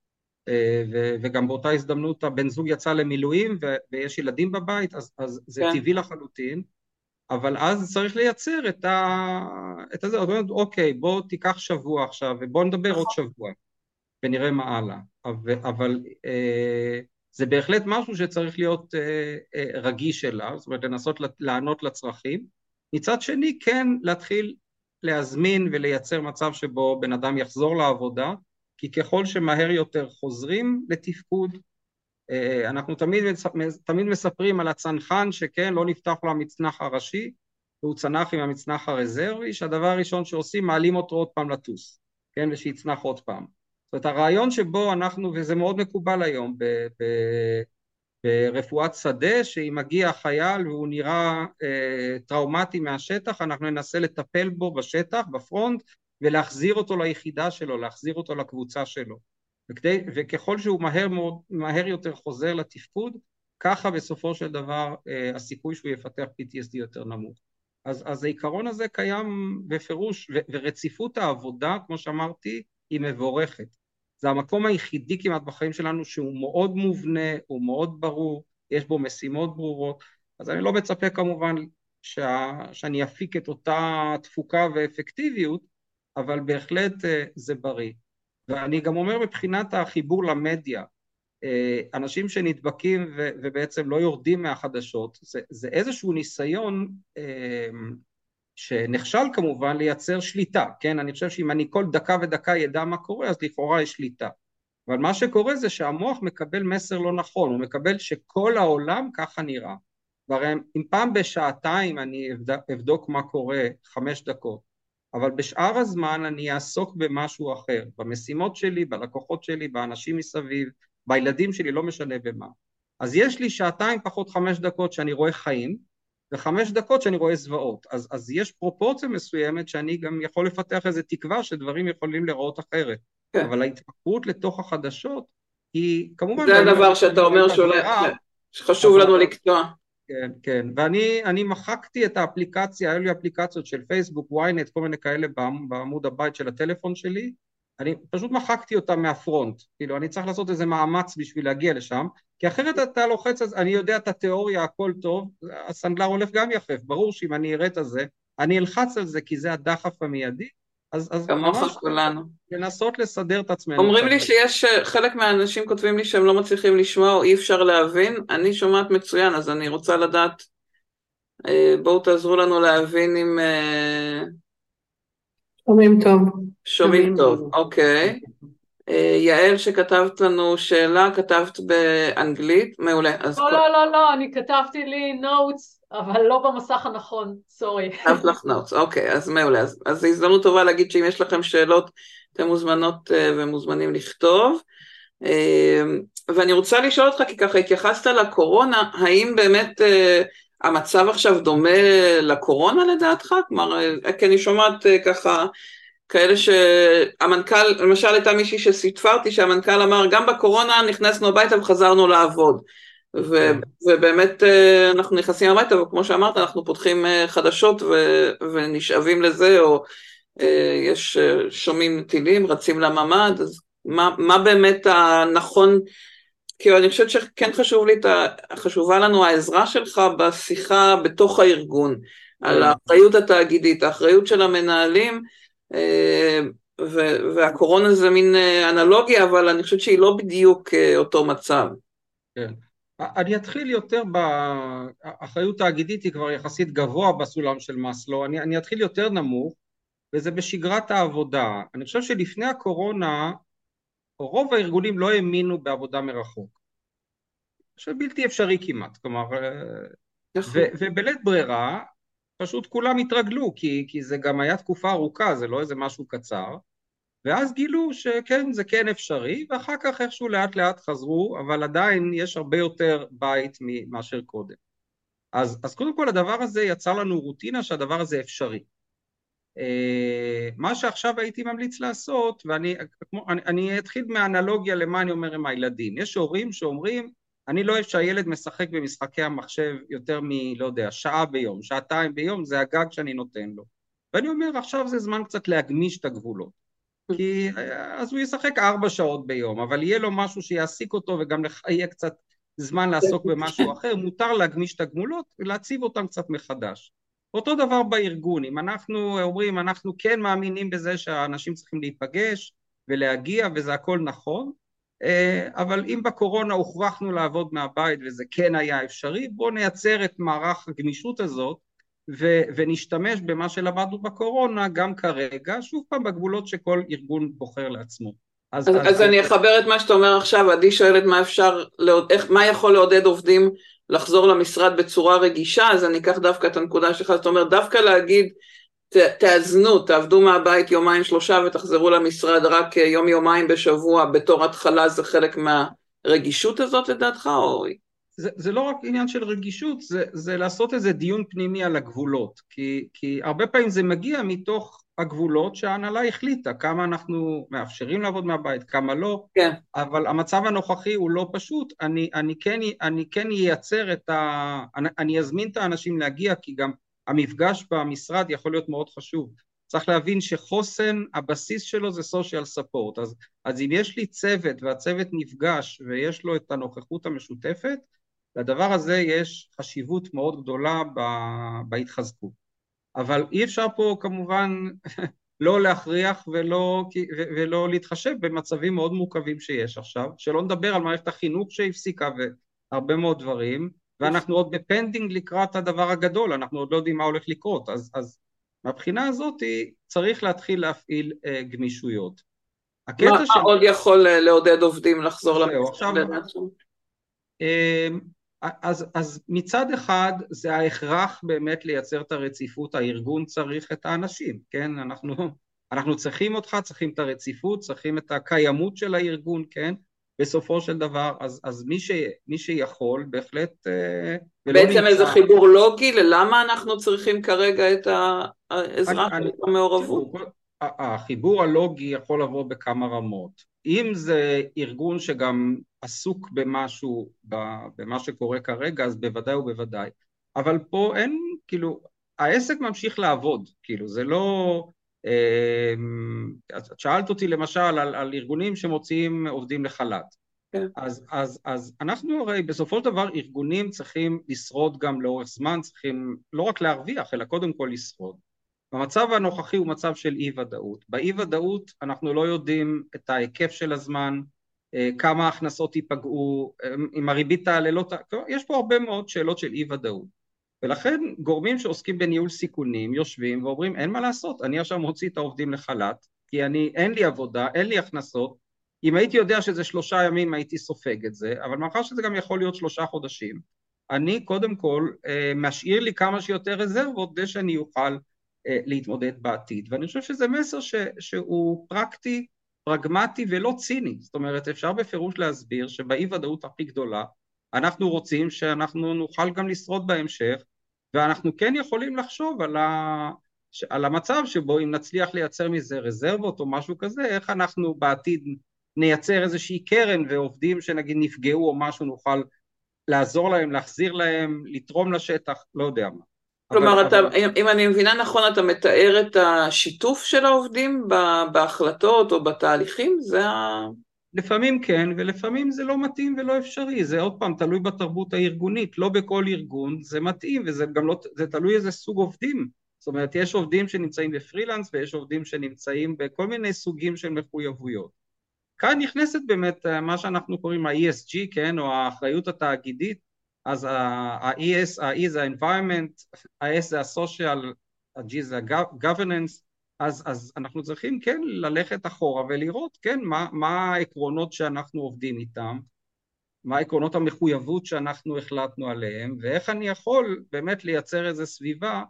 ו, וגם באותה הזדמנות הבן זוג יצא למילואים, ו, ויש ילדים בבית, אז, אז זה טבעי לחלוטין, אבל אז צריך לייצר את ה... את הזה, אוקיי, בוא תיקח שבוע עכשיו, ובוא נדבר עוד שבוע, ונראה מה הלאה. אבל, אבל אה, זה בהחלט משהו שצריך להיות אה, אה, רגיש אליו, זאת אומרת, לנסות לענות לצרכים. מצד שני, כן להתחיל להזמין ולייצר מצב שבו בן אדם יחזור לעבודה, כי ככל שמהר יותר חוזרים לתפקוד, אנחנו תמיד, תמיד מספרים על הצנחן שכן, לא נפתח לו המצנח הראשי, והוא צנח עם המצנח הרזרבי, שהדבר הראשון שעושים, מעלים אותו עוד פעם לטוס, כן, ושיצנח עוד פעם. זאת אומרת, הרעיון שבו אנחנו, וזה מאוד מקובל היום, ב, ב, ברפואת שדה, שאם מגיע חייל והוא נראה אה, טראומטי מהשטח, אנחנו ננסה לטפל בו בשטח, בפרונט, ולהחזיר אותו ליחידה שלו, להחזיר אותו לקבוצה שלו. וכדי, וככל שהוא מהר, מאוד, מהר יותר חוזר לתפקוד, ככה בסופו של דבר אה, הסיכוי שהוא יפתח פי טי אס די יותר נמוך. אז, אז העיקרון הזה קיים בפירוש, ו, ורציפות העבודה, כמו שאמרתי, היא מבורכת. זה המקום היחידי כמעט בחיים שלנו שהוא מאוד מובנה, הוא מאוד ברור, יש בו משימות ברורות, אז אני לא מצפה כמובן שה, שאני אפיק את אותה תפוקה ואפקטיביות, אבל בהחלט זה בריא. ואני גם אומר מבחינת החיבור למדיה, אנשים שנדבקים ו, ובעצם לא יורדים מהחדשות, זה, זה איזשהו ניסיון שנכשל כמובן לייצר שליטה, כן? אני חושב שאם אני כל דקה ודקה ידע מה קורה, אז לכאורה יש שליטה. אבל מה שקורה זה שהמוח מקבל מסר לא נכון, הוא מקבל שכל העולם ככה נראה. והרי אם פעם בשעתיים אני אבדוק מה קורה חמש דקות, אבל בשאר הזמן אני אעסוק במשהו אחר, במשימות שלי, בלקוחות שלי, באנשים מסביב, בילדים שלי, לא משנה במה. אז יש לי שעתיים פחות חמש דקות שאני רואה חיים, וחמש דקות שאני רואה זוועות, אז, אז יש פרופורציה מסוימת שאני גם יכול לפתח איזו תקווה שדברים יכולים לראות אחרת, כן. אבל ההתמכרות לתוך החדשות היא כמובן... זה הדבר שאתה אומר שאולי, שחשוב לנו לקטוע. כן, כן, ואני אני מחקתי את האפליקציה, היו לי אפליקציות של פייסבוק, וויינט, כל מיני כאלה בעמוד הבית של הטלפון שלי, אני פשוט מחקתי אותה מהפרונט, כאילו אני צריך לעשות איזה מאמץ בשביל להגיע לשם, כי אחרת אתה לוחץ, אז אני יודע את התיאוריה, הכל טוב, הסנדלר הולך גם יחף, ברור שאם אני אראה את זה, אני אלחץ על זה כי זה הדחף המיידי, אז, אז ממש כולנו. לנסות לסדר את עצמנו. אומרים לי שיש, חלק מהאנשים כותבים לי שהם לא מצליחים לשמוע או אי אפשר להבין, אני שומעת מצוין, אז אני רוצה לדעת, בואו תעזרו לנו להבין אם... שומעים טוב. שומעים טוב, אוקיי. יעל שכתבת לנו שאלה, כתבת באנגלית, מעולה. לא, לא, לא, לא, אני כתבתי לי נוטס, אבל לא במסך הנכון, סורי. כתבת לך נוטס, אוקיי, אז מעולה. אז זו הזדמנות טובה להגיד שאם יש לכם שאלות, אתם מוזמנות ומוזמנים לכתוב. ואני רוצה לשאול אותך, כי ככה התייחסת לקורונה, האם באמת המצב עכשיו דומה לקורונה לדעתך? כלומר, כי אני שומעת ככה, כאלה שהמנכ"ל, למשל הייתה מישהי שסיטפה אותי, שהמנכ"ל אמר, גם בקורונה נכנסנו הביתה וחזרנו לעבוד. ו- ובאמת אנחנו נכנסים הביתה, וכמו שאמרת, אנחנו פותחים חדשות ו- ונשאבים לזה, או יש שומעים טילים, רצים לממד, אז מה, מה באמת הנכון, כי אני חושבת שכן חשוב לי, חשובה לנו העזרה שלך בשיחה בתוך הארגון, על האחריות התאגידית, האחריות של המנהלים, והקורונה זה מין אנלוגיה, אבל אני חושבת שהיא לא בדיוק אותו מצב. כן. אני אתחיל יותר באחריות האגידית, היא כבר יחסית גבוה בסולם של מאסלו, אני, אני אתחיל יותר נמוך, וזה בשגרת העבודה. אני חושב שלפני הקורונה, רוב הארגונים לא האמינו בעבודה מרחוק. שבלתי אפשרי כמעט, כלומר, ו, ובלית ברירה, פשוט כולם התרגלו, כי, כי זה גם היה תקופה ארוכה, זה לא איזה משהו קצר, ואז גילו שכן, זה כן אפשרי, ואחר כך איכשהו לאט לאט חזרו, אבל עדיין יש הרבה יותר בית מאשר קודם. אז, אז קודם כל הדבר הזה יצר לנו רוטינה שהדבר הזה אפשרי. מה שעכשיו הייתי ממליץ לעשות, ואני אני, אני אתחיל מהאנלוגיה למה אני אומר עם הילדים. יש הורים שאומרים, אני לא אוהב שהילד משחק במשחקי המחשב יותר מ, לא יודע, שעה ביום, שעתיים ביום, זה הגג שאני נותן לו. ואני אומר, עכשיו זה זמן קצת להגמיש את הגבולות. כי אז הוא ישחק ארבע שעות ביום, אבל יהיה לו משהו שיעסיק אותו, וגם יהיה קצת זמן לעסוק במשהו אחר, מותר להגמיש את הגבולות, ולהציב אותם קצת מחדש. אותו דבר בארגון, אם אנחנו אומרים, אנחנו כן מאמינים בזה שהאנשים צריכים להיפגש ולהגיע וזה הכל נכון, אבל אם בקורונה הוכרחנו לעבוד מהבית וזה כן היה אפשרי, בואו נייצר את מערך הגמישות הזאת ו- ונשתמש במה שלמדנו בקורונה גם כרגע, שוב פעם בגבולות שכל ארגון בוחר לעצמו. אז, אז, אז אני אחבר את מה שאתה אומר עכשיו, עדי שואלת מה אפשר, איך, מה יכול לעודד עובדים לחזור למשרד בצורה רגישה, אז אני אקח דווקא את הנקודה שלך, זאת אומרת, דווקא להגיד, ת, תאזנו, תעבדו מהבית יומיים שלושה ותחזרו למשרד רק יום יומיים בשבוע, בתור התחלה זה חלק מהרגישות הזאת לדעתך, או... זה, זה לא רק עניין של רגישות, זה, זה לעשות איזה דיון פנימי על הגבולות, כי, כי הרבה פעמים זה מגיע מתוך הגבולות שההנהלה החליטה, כמה אנחנו מאפשרים לעבוד מהבית, כמה לא, כן. אבל המצב הנוכחי הוא לא פשוט, אני, אני, כן, אני כן ייצר את ה... אני, אני אזמין את האנשים להגיע, כי גם המפגש במשרד יכול להיות מאוד חשוב, צריך להבין שחוסן, הבסיס שלו זה social support, אז, אז אם יש לי צוות והצוות נפגש ויש לו את הנוכחות המשותפת, לדבר הזה יש חשיבות מאוד גדולה בהתחזקות. אבל אי אפשר פה כמובן לא להכריח ולא, ולא להתחשב במצבים מאוד מורכבים שיש עכשיו, שלא נדבר על מערכת החינוך שהפסיקה והרבה מאוד דברים, ואנחנו עוד בפנדינג לקראת הדבר הגדול, אנחנו עוד לא יודעים מה הולך לקרות, אז, אז מהבחינה הזאת צריך להתחיל להפעיל אה, גמישויות. מה של... עוד יכול לעודד עובדים לחזור למשרד? אז, אז מצד אחד זה ההכרח באמת לייצר את הרציפות, הארגון צריך את האנשים, כן? אנחנו, אנחנו צריכים אותך, צריכים את הרציפות, צריכים את הקיימות של הארגון, כן? בסופו של דבר, אז, אז מי, ש, מי שיכול בהחלט... בעצם איזה חיבור לוגי ללמה אנחנו צריכים כרגע את העזרה ואת המעורבות? החיבור הלוגי יכול לבוא בכמה רמות. אם זה ארגון שגם עסוק במשהו, במה שקורה כרגע, אז בוודאי ובוודאי. אבל פה אין, כאילו, העסק ממשיך לעבוד, כאילו, זה לא... את שאלת אותי למשל על, על ארגונים שמוציאים עובדים לחל"ת. כן. אז, אז, אז אנחנו הרי בסופו של דבר ארגונים צריכים לשרוד גם לאורך זמן, צריכים לא רק להרוויח, אלא קודם כל לשרוד. המצב הנוכחי הוא מצב של אי ודאות. באי ודאות אנחנו לא יודעים את ההיקף של הזמן, כמה הכנסות ייפגעו, אם הריבית תעלה לא תעלה, יש פה הרבה מאוד שאלות של אי ודאות. ולכן גורמים שעוסקים בניהול סיכונים יושבים ואומרים אין מה לעשות, אני עכשיו מוציא את העובדים לחל"ת, כי אני, אין לי עבודה, אין לי הכנסות, אם הייתי יודע שזה שלושה ימים הייתי סופג את זה, אבל מאחר שזה גם יכול להיות שלושה חודשים, אני קודם כל משאיר לי כמה שיותר רזרבות כדי שאני אוכל להתמודד בעתיד, ואני חושב שזה מסר ש, שהוא פרקטי, פרגמטי ולא ציני, זאת אומרת אפשר בפירוש להסביר שבאי ודאות הכי גדולה, אנחנו רוצים שאנחנו נוכל גם לשרוד בהמשך, ואנחנו כן יכולים לחשוב על, ה, על המצב שבו אם נצליח לייצר מזה רזרבות או משהו כזה, איך אנחנו בעתיד נייצר איזושהי קרן ועובדים שנגיד נפגעו או משהו נוכל לעזור להם, להחזיר להם, לתרום לשטח, לא יודע מה. כלומר, אתה, אבל... אם אני מבינה נכון, אתה מתאר את השיתוף של העובדים בהחלטות או בתהליכים? זה ה... לפעמים כן, ולפעמים זה לא מתאים ולא אפשרי, זה עוד פעם תלוי בתרבות הארגונית, לא בכל ארגון זה מתאים, וזה גם לא, זה תלוי איזה סוג עובדים, זאת אומרת, יש עובדים שנמצאים בפרילנס, ויש עובדים שנמצאים בכל מיני סוגים של מחויבויות. כאן נכנסת באמת מה שאנחנו קוראים ה-E S G, כן, או האחריות התאגידית, אז ה-E S, ה-E זה ה-environment, ה-S זה ה-social, ה-G זה ה-governance, אז, אז אנחנו צריכים כן ללכת אחורה ולראות כן מה, מה העקרונות שאנחנו עובדים איתם, מה העקרונות המחויבות שאנחנו החלטנו עליהם, ואיך אני יכול באמת לייצר איזו סביבה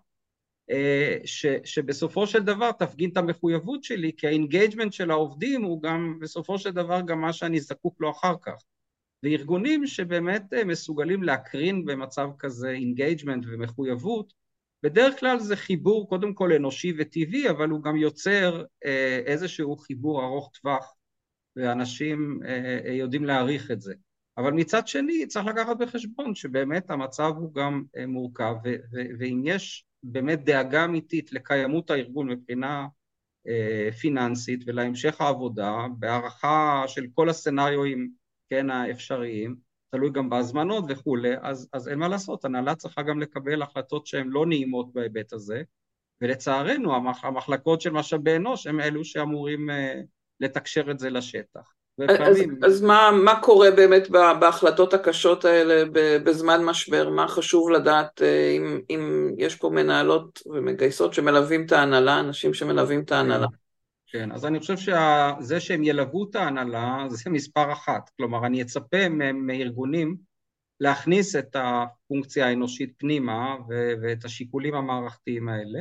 ש, שבסופו של דבר תפגין את המחויבות שלי, כי האינגייג'מנט של העובדים הוא גם בסופו של דבר גם מה שאני זקוק לו אחר כך. וארגונים שבאמת מסוגלים להקרין במצב כזה אינגייג'מנט ומחויבות, בדרך כלל זה חיבור קודם כל אנושי וטבעי, אבל הוא גם יוצר איזשהו חיבור ארוך טווח, ואנשים יודעים להעריך את זה. אבל מצד שני צריך לקחת בחשבון שבאמת המצב הוא גם מורכב, ואם יש באמת דאגה אמיתית לקיימות הארגון מבחינה פיננסית ולהמשך העבודה, בהערכה של כל הסצנריואים כן, האפשריים, תלוי גם בהזמנות וכו', אז, אז אין מה לעשות, הנהלה צריכה גם לקבל החלטות שהן לא נעימות בהיבט הזה, ולצערנו המח, המחלקות של משאבי אנוש הם אלו שאמורים uh, לתקשר את זה לשטח. אז, אז מה, מה קורה באמת בהחלטות הקשות האלה בזמן משבר? מה חשוב לדעת אם, אם יש פה מנהלות ומגייסות שמלווים את ההנהלה, אנשים שמלווים את ההנהלה? כן, אז אני חושב שזה שהם ילוו את ההנהלה זה מספר אחת, כלומר אני אצפה מארגונים להכניס את הפונקציה האנושית פנימה ואת השיקולים המערכתיים האלה.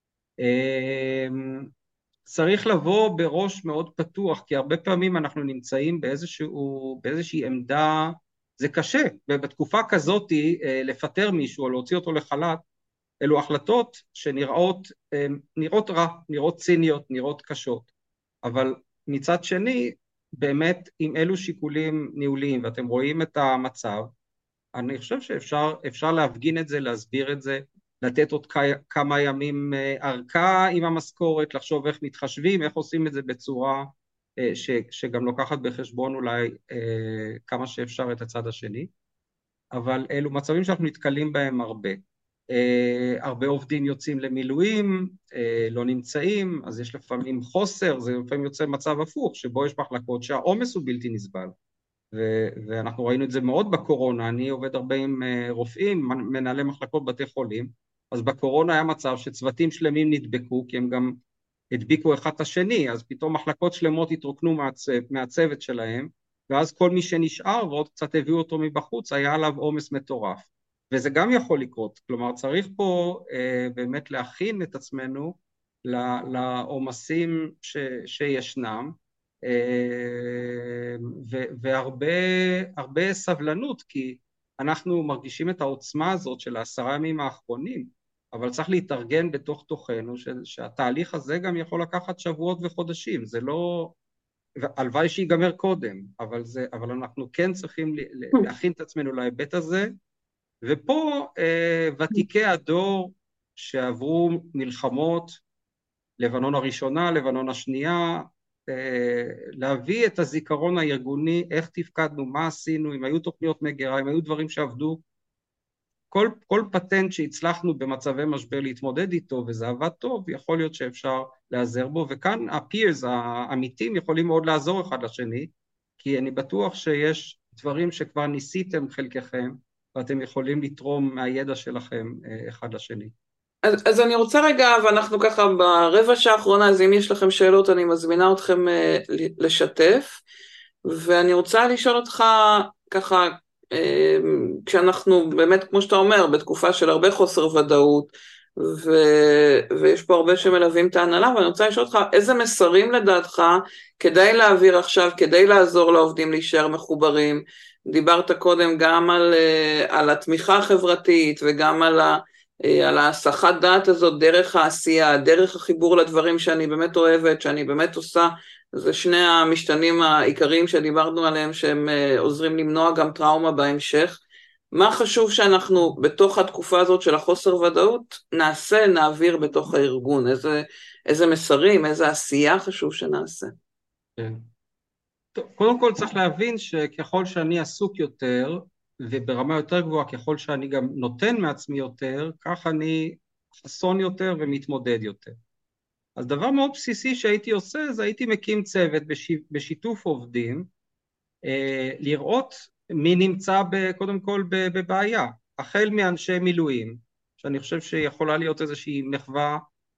צריך לבוא בראש מאוד פתוח, כי הרבה פעמים אנחנו נמצאים באיזשהו, באיזושהי עמדה, זה קשה, ובתקופה כזאת לפטר מישהו או להוציא אותו לחל"ת, אלו החלטות שנראות נראות רע, נראות ציניות, נראות קשות, אבל מצד שני, באמת עם אלו שיקולים ניהוליים, ואתם רואים את המצב, אני חושב שאפשר אפשר להפגין את זה, להסביר את זה, לתת עוד כמה ימים ארכה עם המשכורת, לחשוב איך מתחשבים, איך עושים את זה בצורה ש, שגם לוקחת בחשבון אולי כמה שאפשר את הצד השני, אבל אלו מצבים שאנחנו נתקלים בהם הרבה. הרבה עובדים יוצאים למילואים, לא נמצאים, אז יש לפעמים חוסר, זה לפעמים יוצא מצב הפוך, שבו יש מחלקות שהעומס הוא בלתי נסבל. ואנחנו ראינו את זה מאוד בקורונה, אני עובד הרבה עם רופאים, מנהלי מחלקות בתי חולים, אז בקורונה היה מצב שצוותים שלמים נדבקו, כי הם גם הדביקו אחד את השני, אז פתאום מחלקות שלמות התרוקנו מהצו, מהצוות שלהם, ואז כל מי שנשאר ועוד קצת הביאו אותו מבחוץ, היה עליו עומס מטורף. וזה גם יכול לקרות, כלומר צריך פה אה, באמת להכין את עצמנו לעומסים ש, שישנם, והרבה הרבה סבלנות, כי אנחנו מרגישים את העוצמה הזאת של העשרה ימים האחרונים, אבל צריך להתארגן בתוך תוכנו שהתהליך הזה גם יכול לקחת שבועות וחודשים, זה לא, הלוואי שיגמר קודם, אבל, זה, אבל אנחנו כן צריכים להכין את עצמנו להיבט הזה, ופה ותיקי הדור שעברו מלחמות, לבנון הראשונה, לבנון השנייה, להביא את הזיכרון הארגוני, איך תפקדנו, מה עשינו, אם היו תוכניות מגירה, אם היו דברים שעבדו, כל, כל פטנט שהצלחנו במצבי משבר להתמודד איתו, וזה עבד טוב, יכול להיות שאפשר לעזר בו, וכאן הפירס, העמיתים, יכולים מאוד לעזור אחד לשני, כי אני בטוח שיש דברים שכבר ניסיתם חלקכם, ואתם יכולים לתרום מהידע שלכם אחד לשני. אז, אז אני רוצה רגע, ואנחנו ככה ברבע שעה האחרונה, אז אם יש לכם שאלות, אני מזמינה אתכם לשתף, ואני רוצה לשאול אותך ככה, כשאנחנו באמת, כמו שאתה אומר, בתקופה של הרבה חוסר ודאות, ו... ויש פה הרבה שמלווים את ההנהלה, ואני רוצה לשאול אותך, איזה מסרים לדעתך כדאי להעביר עכשיו, כדי לעזור לעובדים להישאר מחוברים? דיברת קודם גם על, על התמיכה החברתית, וגם על ה... על ההסחת דעת הזאת, דרך העשייה, דרך החיבור לדברים שאני באמת אוהבת, שאני באמת עושה, זה שני המשתנים העיקריים שדיברנו עליהם, שהם עוזרים למנוע גם טראומה בהמשך. מה חשוב שאנחנו בתוך התקופה הזאת של החוסר ודאות, נעשה, נעביר בתוך הארגון? איזה, איזה מסרים, איזה עשייה חשוב שנעשה? כן. טוב, קודם כל צריך להבין שככל שאני עסוק יותר, וברמה יותר גבוהה, ככל שאני גם נותן מעצמי יותר, כך אני חסון יותר ומתמודד יותר. אז דבר מאוד בסיסי שהייתי עושה, זה הייתי מקים צוות בשיתוף עובדים, לראות מי נמצא קודם כל בבעיה, החל מאנשי מילואים, שאני חושב שיכולה להיות איזושהי מחווה,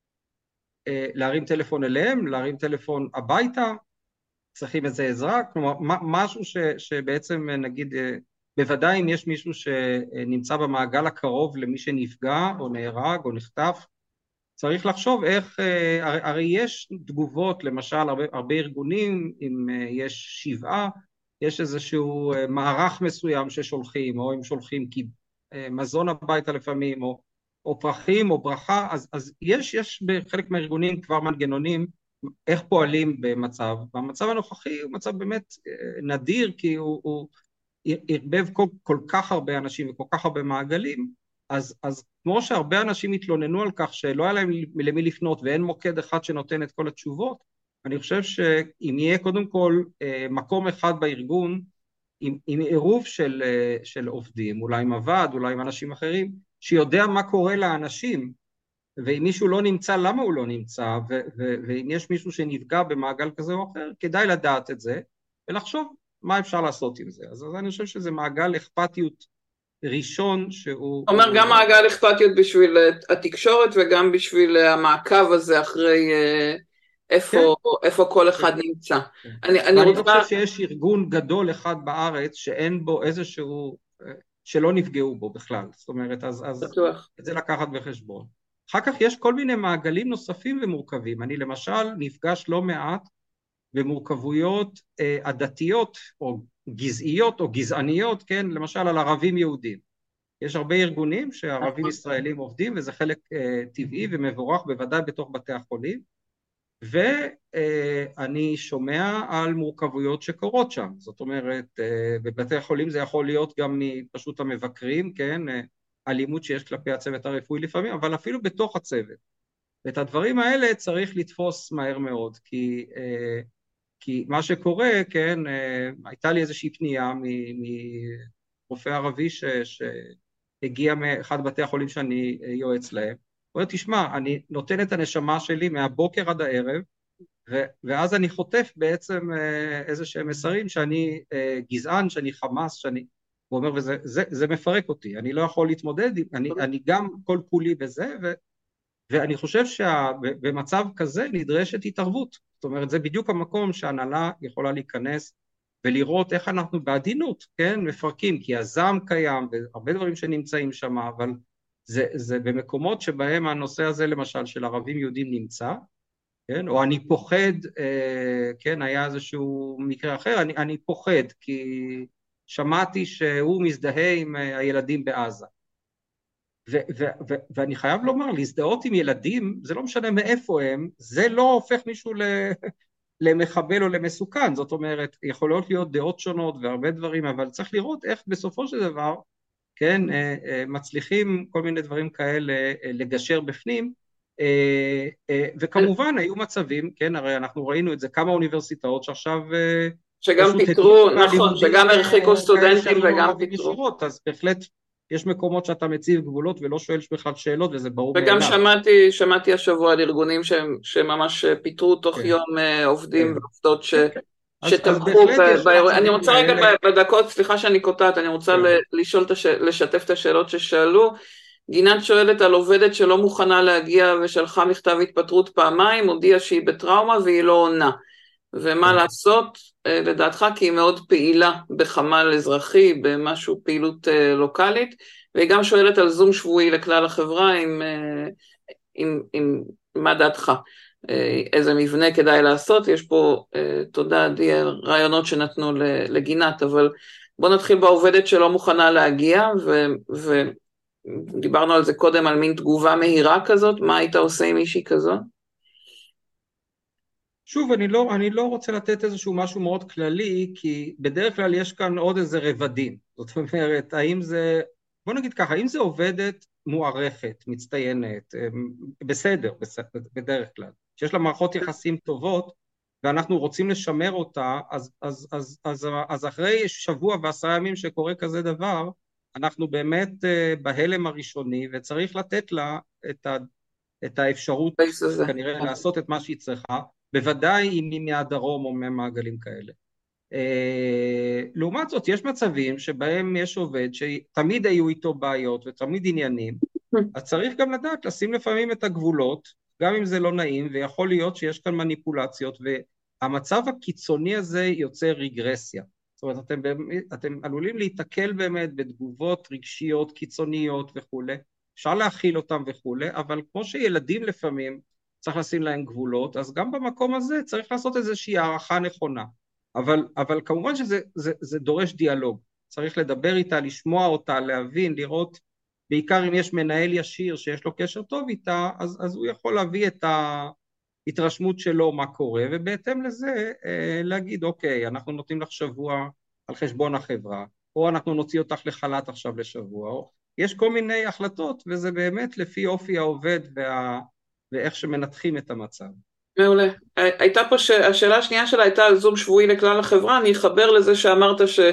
להרים טלפון אליהם, להרים טלפון הביתה, צריכים איזה עזרה, כלומר משהו ש, שבעצם נגיד, בוודאי אם יש מישהו שנמצא במעגל הקרוב למי שנפגע או נהרג או נחטף, צריך לחשוב איך, הרי, הרי יש תגובות, למשל הרבה, הרבה ארגונים, אם יש שבעה, יש איזשהו מערך מסוים ששולחים, או אם שולחים מזון הביתה לפעמים, או, או פרחים או ברכה, אז, אז יש, יש בחלק מהארגונים כבר מנגנונים, איך פועלים במצב, והמצב הנוכחי הוא מצב באמת נדיר, כי הוא, הוא ערבב כל, כל כך הרבה אנשים וכל כך הרבה מעגלים, אז, אז כמו שהרבה אנשים התלוננו על כך שלא היה להם למי לפנות ואין מוקד אחד שנותן את כל התשובות, אני חושב שאם יהיה קודם כל מקום אחד בארגון עם, עם עירוב של, של עובדים, אולי עם הוועד, אולי עם אנשים אחרים, שיודע מה קורה לאנשים, ואם מישהו לא נמצא, למה הוא לא נמצא, ו, ו, ואם יש מישהו שנפגע במעגל כזה או אחר, כדאי לדעת את זה, ולחשוב מה אפשר לעשות עם זה. אז, אז אני חושב שזה מעגל אכפתיות ראשון שהוא... אומר גם מעגל אכפתיות בשביל התקשורת, וגם בשביל המעקב הזה אחרי איפה, כן. איפה כל אחד כן. נמצא. כן. אני, אני, רוצה... רוצה... אני חושב שיש ארגון גדול אחד בארץ, שאין בו איזשהו, שלא נפגעו בו בכלל. זאת אומרת, אז, אז את זה לקחת בחשבון. אחר כך יש כל מיני מעגלים נוספים ומורכבים. אני למשל נפגש לא מעט במורכבויות אה, עדתיות או גזעיות או גזעניות, כן, למשל על ערבים יהודים. יש הרבה ארגונים שערבים ישראלים עובדים, וזה חלק אה, טבעי ומבורך בוודאי בתוך בתי החולים, ואני אה, שומע על מורכבויות שקורות שם. זאת אומרת, אה, בבתי החולים זה יכול להיות גם מפשוט המבקרים, כן, אה, אלימות שיש כלפי הצוות הרפואי לפעמים, אבל אפילו בתוך הצוות. ואת הדברים האלה צריך לתפוס מהר מאוד, כי, כי מה שקורה, כן, הייתה לי איזושהי פנייה מרופא ערבי ש, שהגיע מאחד בתי החולים שאני יועץ להם, הוא אומר, תשמע, אני נותן את הנשמה שלי מהבוקר עד הערב, ואז אני חוטף בעצם איזה שהם מסרים שאני גזען, שאני חמאס, שאני... הוא אומר, וזה זה, זה מפרק אותי, אני לא יכול להתמודד, אני, אני גם כל כולי בזה, ו, ואני חושב שבמצב כזה נדרשת התערבות. זאת אומרת, זה בדיוק המקום שהנהלה יכולה להיכנס ולראות איך אנחנו בעדינות, כן, מפרקים, כי הזעם קיים והרבה דברים שנמצאים שם, אבל זה, זה במקומות שבהם הנושא הזה למשל של ערבים יהודים נמצא, כן, או אני פוחד, כן, היה איזשהו מקרה אחר, אני, אני פוחד כי שמעתי שהוא מזדהה עם הילדים בעזה. ו- ו- ו- ואני חייב לומר, להזדהות עם ילדים, זה לא משנה מאיפה הם, זה לא הופך מישהו למחבל או למסוכן, זאת אומרת, יכולות להיות דעות שונות והרבה דברים, אבל צריך לראות איך בסופו של דבר, כן, מצליחים כל מיני דברים כאלה לגשר בפנים, וכמובן היו מצבים, כן, הרי אנחנו ראינו את זה, כמה אוניברסיטאות שעכשיו... שגם פיתרו, נכון, שגם הרחיקו סטודנטים וגם פיתרו. אז בהחלט יש מקומות שאתה מציב גבולות ולא שואל בכלל שאלות, וזה ברור מאליו. וגם שמעתי, שמעתי השבוע על ארגונים שהם, שממש פיתרו תוך כן. יום עובדים כן. ועובדות ש... כן. שתמכו באירוע. אני רוצה רגע בדקות, סליחה שאני קוטעת, אני רוצה כן. לשאול, לשתף את השאלות ששאלו. גינת שואלת על עובדת שלא מוכנה להגיע ושלחה מכתב התפטרות פעמיים, הודיעה שהיא בטראומה והיא לא עונה. ומה כן. לעשות, לדעתך, כי היא מאוד פעילה בחמ"ל אזרחי, במשהו פעילות לוקלית, והיא גם שואלת על זום שבועי לכלל החברה, עם, עם, עם מה דעתך, איזה מבנה כדאי לעשות, יש פה, תודה עדי, רעיונות שנתנו לגינת, אבל בוא נתחיל בעובדת שלא מוכנה להגיע, ו, ודיברנו על זה קודם, על מין תגובה מהירה כזאת, מה היית עושה עם מישהי כזאת? שוב, אני לא, אני לא רוצה לתת איזשהו משהו מאוד כללי, כי בדרך כלל יש כאן עוד איזה רבדים. זאת אומרת, האם זה, בוא נגיד ככה, האם זה עובדת מוערכת, מצטיינת, בסדר, בסדר, בדרך כלל, שיש לה מערכות יחסים טובות, ואנחנו רוצים לשמר אותה, אז, אז, אז, אז, אז אחרי שבוע ועשרה ימים שקורה כזה דבר, אנחנו באמת בהלם הראשוני, וצריך לתת לה את, ה, את האפשרות כנראה לעשות את מה שהיא צריכה, בוודאי אם היא מהדרום או ממעגלים כאלה. לעומת זאת, יש מצבים שבהם יש עובד שתמיד היו איתו בעיות ותמיד עניינים, אז צריך גם לדעת לשים לפעמים את הגבולות, גם אם זה לא נעים, ויכול להיות שיש כאן מניפולציות, והמצב הקיצוני הזה יוצר רגרסיה. זאת אומרת, אתם, אתם עלולים להתקל באמת בתגובות רגשיות, קיצוניות וכו'. אפשר להכיל אותם וכו', אבל כמו שילדים לפעמים צריך לשים להם גבולות, אז גם במקום הזה צריך לעשות איזושהי הערכה נכונה. אבל, אבל כמובן שזה זה, זה דורש דיאלוג. צריך לדבר איתה, לשמוע אותה, להבין, לראות, בעיקר אם יש מנהל ישיר שיש לו קשר טוב איתה, אז, אז הוא יכול להביא את ההתרשמות שלו מה קורה, ובהתאם לזה להגיד, אוקיי, אנחנו נותנים לך שבוע על חשבון החברה, או אנחנו נוציא אותך לחל"ת עכשיו לשבוע, או יש כל מיני החלטות, וזה באמת לפי אופי העובד וה... ואיך שמנתחים את המצב. מעולה. הייתה פה, ש... השאלה השנייה שלה הייתה על זום שבועי לכלל החברה, אני אחבר לזה שאמרת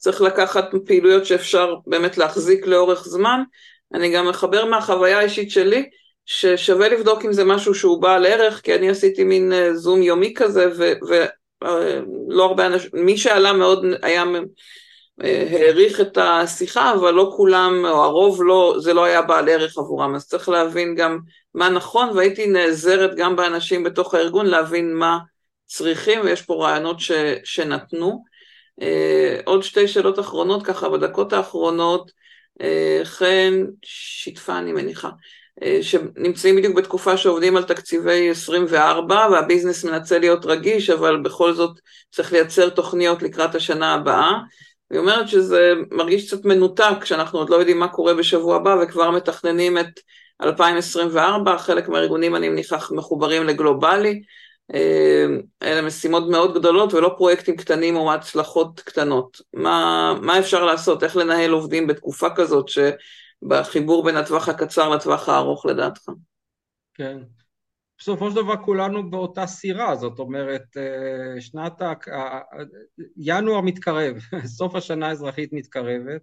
צריך לקחת פעילויות שאפשר באמת להחזיק לאורך זמן. אני גם מחבר מהחוויה האישית שלי, ששווה לבדוק אם זה משהו שהוא בעל ערך, כי אני עשיתי מין זום יומי כזה, ולא הרבה אנשים, מי שעלה מאוד היה העריך את השיחה, אבל לא כולם, או הרוב לא, זה לא היה בעל ערך עבורם, אז צריך להבין גם מה נכון, והייתי נעזרת גם באנשים בתוך הארגון, להבין מה צריכים, ויש פה רעיונות ש, שנתנו. עוד שתי שאלות אחרונות, ככה בדקות האחרונות, חן שיתפה אני מניחה, שנמצאים בדיוק בתקופה שעובדים על תקציבי עשרים וארבע, והביזנס מנצל להיות רגיש, אבל בכל זאת צריך לייצר תוכניות לקראת השנה הבאה. היא אומרת שזה מרגיש קצת מנותק, כשאנחנו עוד לא יודעים מה קורה בשבוע הבא, וכבר מתכננים את אלפיים עשרים וארבע, חלק מהארגונים אני מניחה מחוברים לגלובלי, אלה משימות מאוד גדולות, ולא פרויקטים קטנים או הצלחות קטנות. מה, מה אפשר לעשות? איך לנהל עובדים בתקופה כזאת, שבחיבור בין הטווח הקצר לטווח הארוך לדעתך? כן. בסופו של דבר כולנו באותה סירה, זאת אומרת, שנת ה... ינואר מתקרב, סוף השנה האזרחית מתקרבת.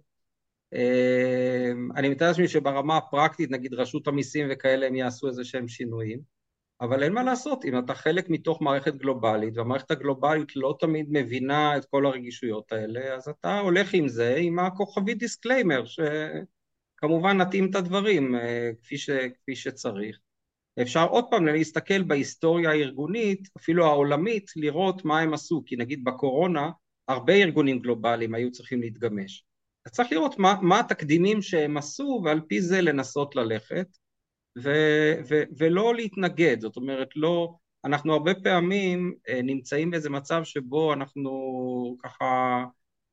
אני מתאר לעצמי שברמה הפרקטית, נגיד רשות המיסים וכאלה, הם יעשו איזה שהם שינויים, אבל אין מה לעשות, אם אתה חלק מתוך מערכת גלובלית, והמערכת הגלובלית לא תמיד מבינה את כל הרגישויות האלה, אז אתה הולך עם זה, עם הכוכבית דיסקליימר, שכמובן נתאים את הדברים כפי, ש... כפי שצריך. אפשר עוד פעם להסתכל בהיסטוריה הארגונית, אפילו העולמית, לראות מה הם עשו, כי נגיד בקורונה, הרבה ארגונים גלובליים היו צריכים להתגמש. אז צריך לראות מה, מה התקדימים שהם עשו, ועל פי זה לנסות ללכת, ו, ו, ולא להתנגד, זאת אומרת, לא, אנחנו הרבה פעמים נמצאים באיזה מצב שבו אנחנו ככה,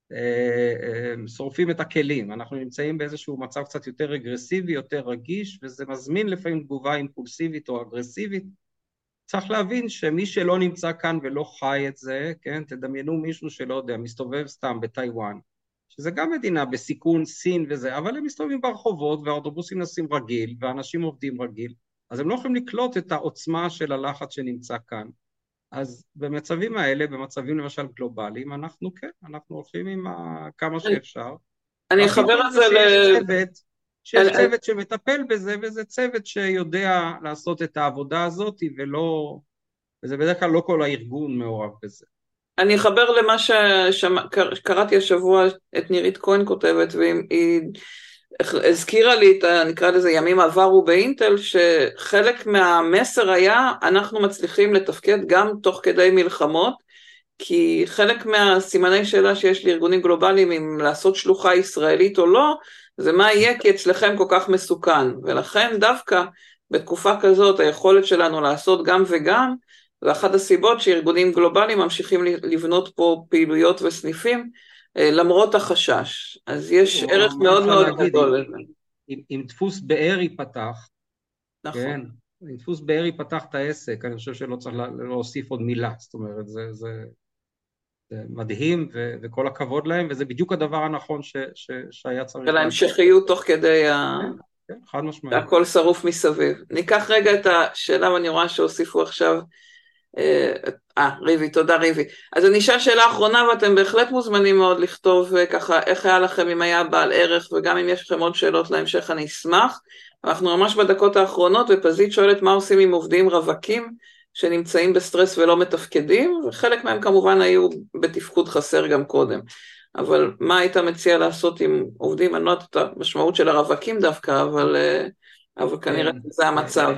שורפים את הכלים, אנחנו נמצאים באיזשהו מצב קצת יותר אגרסיבי, יותר רגיש, וזה מזמין לפעמים תגובה אימפולסיבית או אגרסיבית. צריך להבין שמי שלא נמצא כאן ולא חי את זה, כן, תדמיינו מישהו שלא יודע, מסתובב סתם בטיואן, שזה גם מדינה בסיכון, סין וזה, אבל הם מסתובבים ברחובות והאוטובוסים נסים רגיל, ואנשים עובדים רגיל, אז הם לא יכולים לקלוט את העוצמה של הלחץ שנמצא כאן. אז במצבים האלה, במצבים למשל גלובליים, אנחנו כן, אנחנו הולכים עם כמה שאפשר. אני אחבר את זה ל... שיש צוות שמטפל בזה, וזה צוות שיודע לעשות את העבודה הזאת, ולא, וזה בדרך כלל לא כל הארגון מעורב בזה. אני אחבר למה שקראתי השבוע, את נירית כהן כותבת, והיא הזכירה לי את, נקרא לזה, ימים עברו באינטל, שחלק מהמסר היה, אנחנו מצליחים לתפקד גם תוך כדי מלחמות, כי חלק מהסימני שאלה שיש לארגונים גלובליים, אם לעשות שלוחה ישראלית או לא, זה מה יהיה, כי אצלכם כל כך מסוכן, ולכן דווקא בתקופה כזאת, היכולת שלנו לעשות גם וגם, ואחת הסיבות שארגונים גלובליים ממשיכים לבנות פה פעילויות וסניפים, למרות החשש. אז יש ערך מאוד מאוד גדול לזה. אם דפוס באר ייפתח, נכון. כן, אם דפוס באר ייפתח את העסק, אני חושב שלא צריך להוסיף עוד מילה, זאת אומרת, זה, זה, זה מדהים, ו, וכל הכבוד להם, וזה בדיוק הדבר הנכון ש, ש, שהיה צריך. ולהמשכיות תוך כדי ה... כן, כן, חד משמעית. הכל שרוף מסביב. ניקח רגע את השאלה, ואני רואה שהוסיפו עכשיו, אה, ריבי, תודה ריבי. אז אני אשאל שאלה אחרונה, ואתם בהחלט מוזמנים מאוד לכתוב ככה, איך היה לכם אם היה בעל ערך, וגם אם יש לכם עוד שאלות להמשך, אני אשמח. אנחנו ממש בדקות האחרונות, ופזית שואלת מה עושים עם עובדים רווקים, שנמצאים בסטרס ולא מתפקדים, וחלק מהם כמובן היו בתפקוד חסר גם קודם. אבל מה היית מציע לעשות עם עובדים, אני לא יודעת את המשמעות של הרווקים דווקא, אבל, אבל כנראה זה המצב.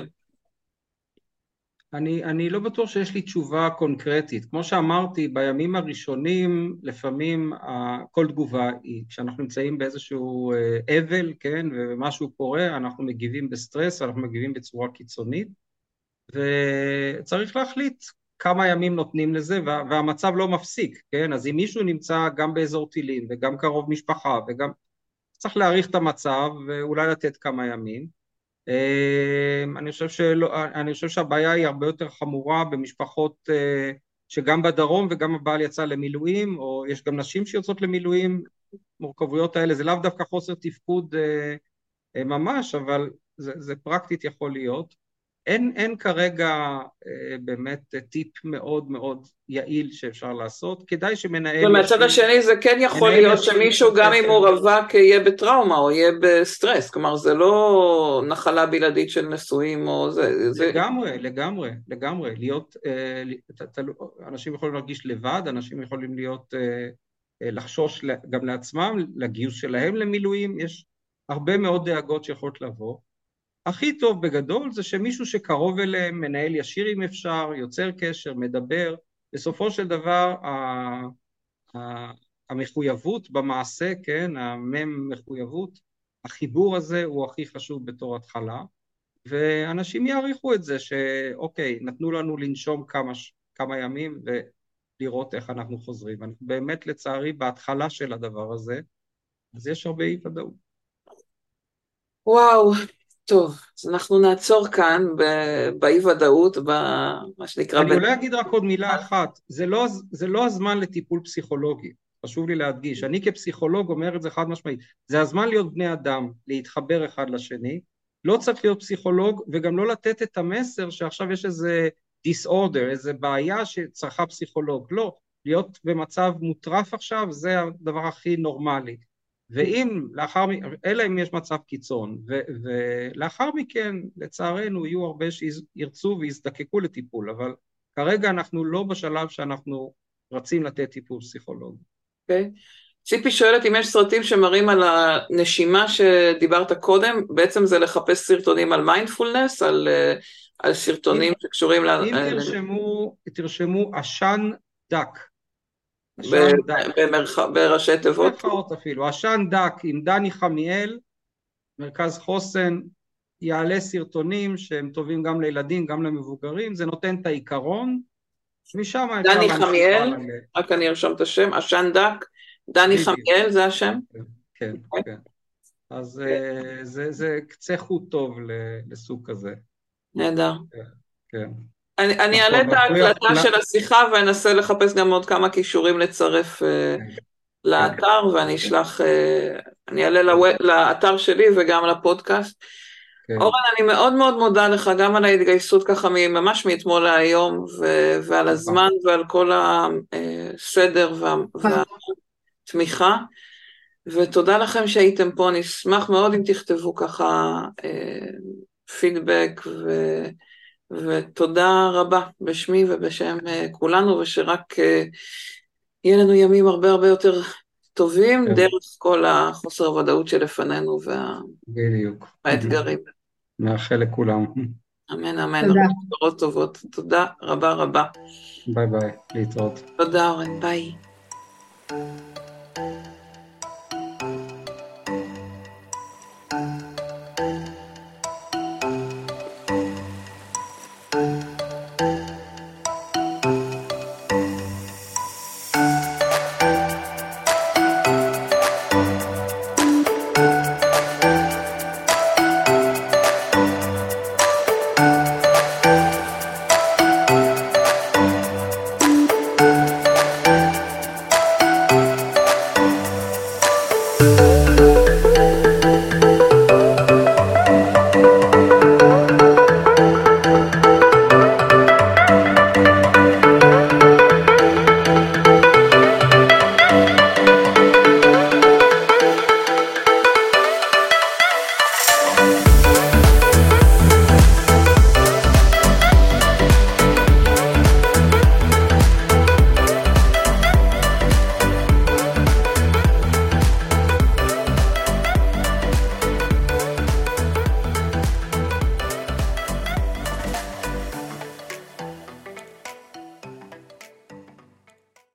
אני, אני לא בטוח שיש לי תשובה קונקרטית. כמו שאמרתי, בימים הראשונים, לפעמים כל תגובה היא, כשאנחנו נמצאים באיזשהו אבל, כן, ומשהו קורה, אנחנו מגיבים בסטרס, אנחנו מגיבים בצורה קיצונית, וצריך להחליט כמה ימים נותנים לזה, והמצב לא מפסיק, כן? אז אם מישהו נמצא גם באזור טילים, וגם קרוב משפחה, וגם צריך להאריך את המצב, ואולי לתת כמה ימים, אני חושב שלא, אני חושב שהבעיה היא הרבה יותר חמורה במשפחות שגם בדרום וגם הבעל יצא למילואים, או יש גם נשים שיוצאות למילואים, מורכבויות האלה, זה לאו דווקא חוסר תפקוד ממש, אבל זה, זה פרקטית יכול להיות. אין, אין כרגע אה, באמת טיפ מאוד מאוד יעיל שאפשר לעשות, כדאי שמנהל... ומהצד השני זה כן יכול להיות שמישהו גם אם הוא רווק יהיה בטראומה או יהיה בסטרס, כלומר זה לא נחלה בלעדית של נשואים או זה... זה... לגמרי, לגמרי, לגמרי, להיות, אה, אנשים יכולים להרגיש לבד, אנשים יכולים להיות, אה, לחשוש גם לעצמם, לגיוס שלהם למילואים, יש הרבה מאוד דאגות שיכולות לבוא. הכי טוב בגדול זה שמישהו שקרוב אליהם, מנהל ישיר אם אפשר, יוצר קשר, מדבר, בסופו של דבר המחויבות במעשה, כן, המם מחויבות, החיבור הזה הוא הכי חשוב בתור התחלה, ואנשים יעריכו את זה שאוקיי, נתנו לנו לנשום כמה, כמה ימים ולראות איך אנחנו חוזרים. אנחנו באמת לצערי בהתחלה של הדבר הזה, אז יש הרבה אי ודאות. וואו, טוב, אז אנחנו נעצור כאן באי ודאות, במה שנקרא... אני אולי אגיד רק עוד מילה אחת, זה לא, זה לא הזמן לטיפול פסיכולוגי, חשוב לי להדגיש, אני כפסיכולוג אומר את זה חד משמעית, זה הזמן להיות בני אדם, להתחבר אחד לשני, לא צריך להיות פסיכולוג וגם לא לתת את המסר שעכשיו יש איזה disorder, איזה בעיה שצריכה פסיכולוג, לא, להיות במצב מוטרף עכשיו זה הדבר הכי נורמלי, ואם לאחר, אלא אם יש מצב קיצון, ו, ולאחר מכן לצערנו יהיו הרבה שירצו ויזדקקו לטיפול, אבל כרגע אנחנו לא בשלב שאנחנו רצים לתת טיפול פסיכולוג. אוקיי. Okay. ציפי שואלת אם יש סרטים שמראים על הנשימה שדיברת קודם, בעצם זה לחפש סרטונים על מיינדפולנס, על, על סרטונים אם, שקשורים... אם ל... תרשמו, תרשמו עשן דק. עשן ב- דק. במרח... בראשי תיבות. במרכאות אפילו. עשן דק עם דני חמיאל, מרכז חוסן, יעלה סרטונים שהם טובים גם לילדים, גם למבוגרים, זה נותן את העיקרון, משם אפשר... דני חמיאל, רק אני ארשום את השם, עשן דק, דני חמיאל, זה השם? כן, כן. אז זה קצה חוט טוב לסוג כזה. נהדר. כן. אני אעלה את ההקלטה של השיחה ואנסה לחפש גם עוד כמה קישורים לצרף לאתר, ואני אשלח, אני אעלה לאתר שלי וגם לפודקאסט. אורן, אני מאוד מאוד מודה לך גם על ההתגייסות ככה ממש מאתמול להיום, ועל הזמן ועל כל הסדר והתמיכה, ותודה לכם שהייתם פה, אני אשמח מאוד אם תכתבו ככה פידבק, ותודה רבה בשמי ובשם כולנו, ושרק יהיה לנו ימים הרבה הרבה יותר טובים, דרך כל החוסר הוודאות שלפנינו והאתגרים. מאחל לכולם. אמן, אמן, הרבה טובות. תודה רבה רבה. ביי ביי, להתראות. תודה אורן, ביי.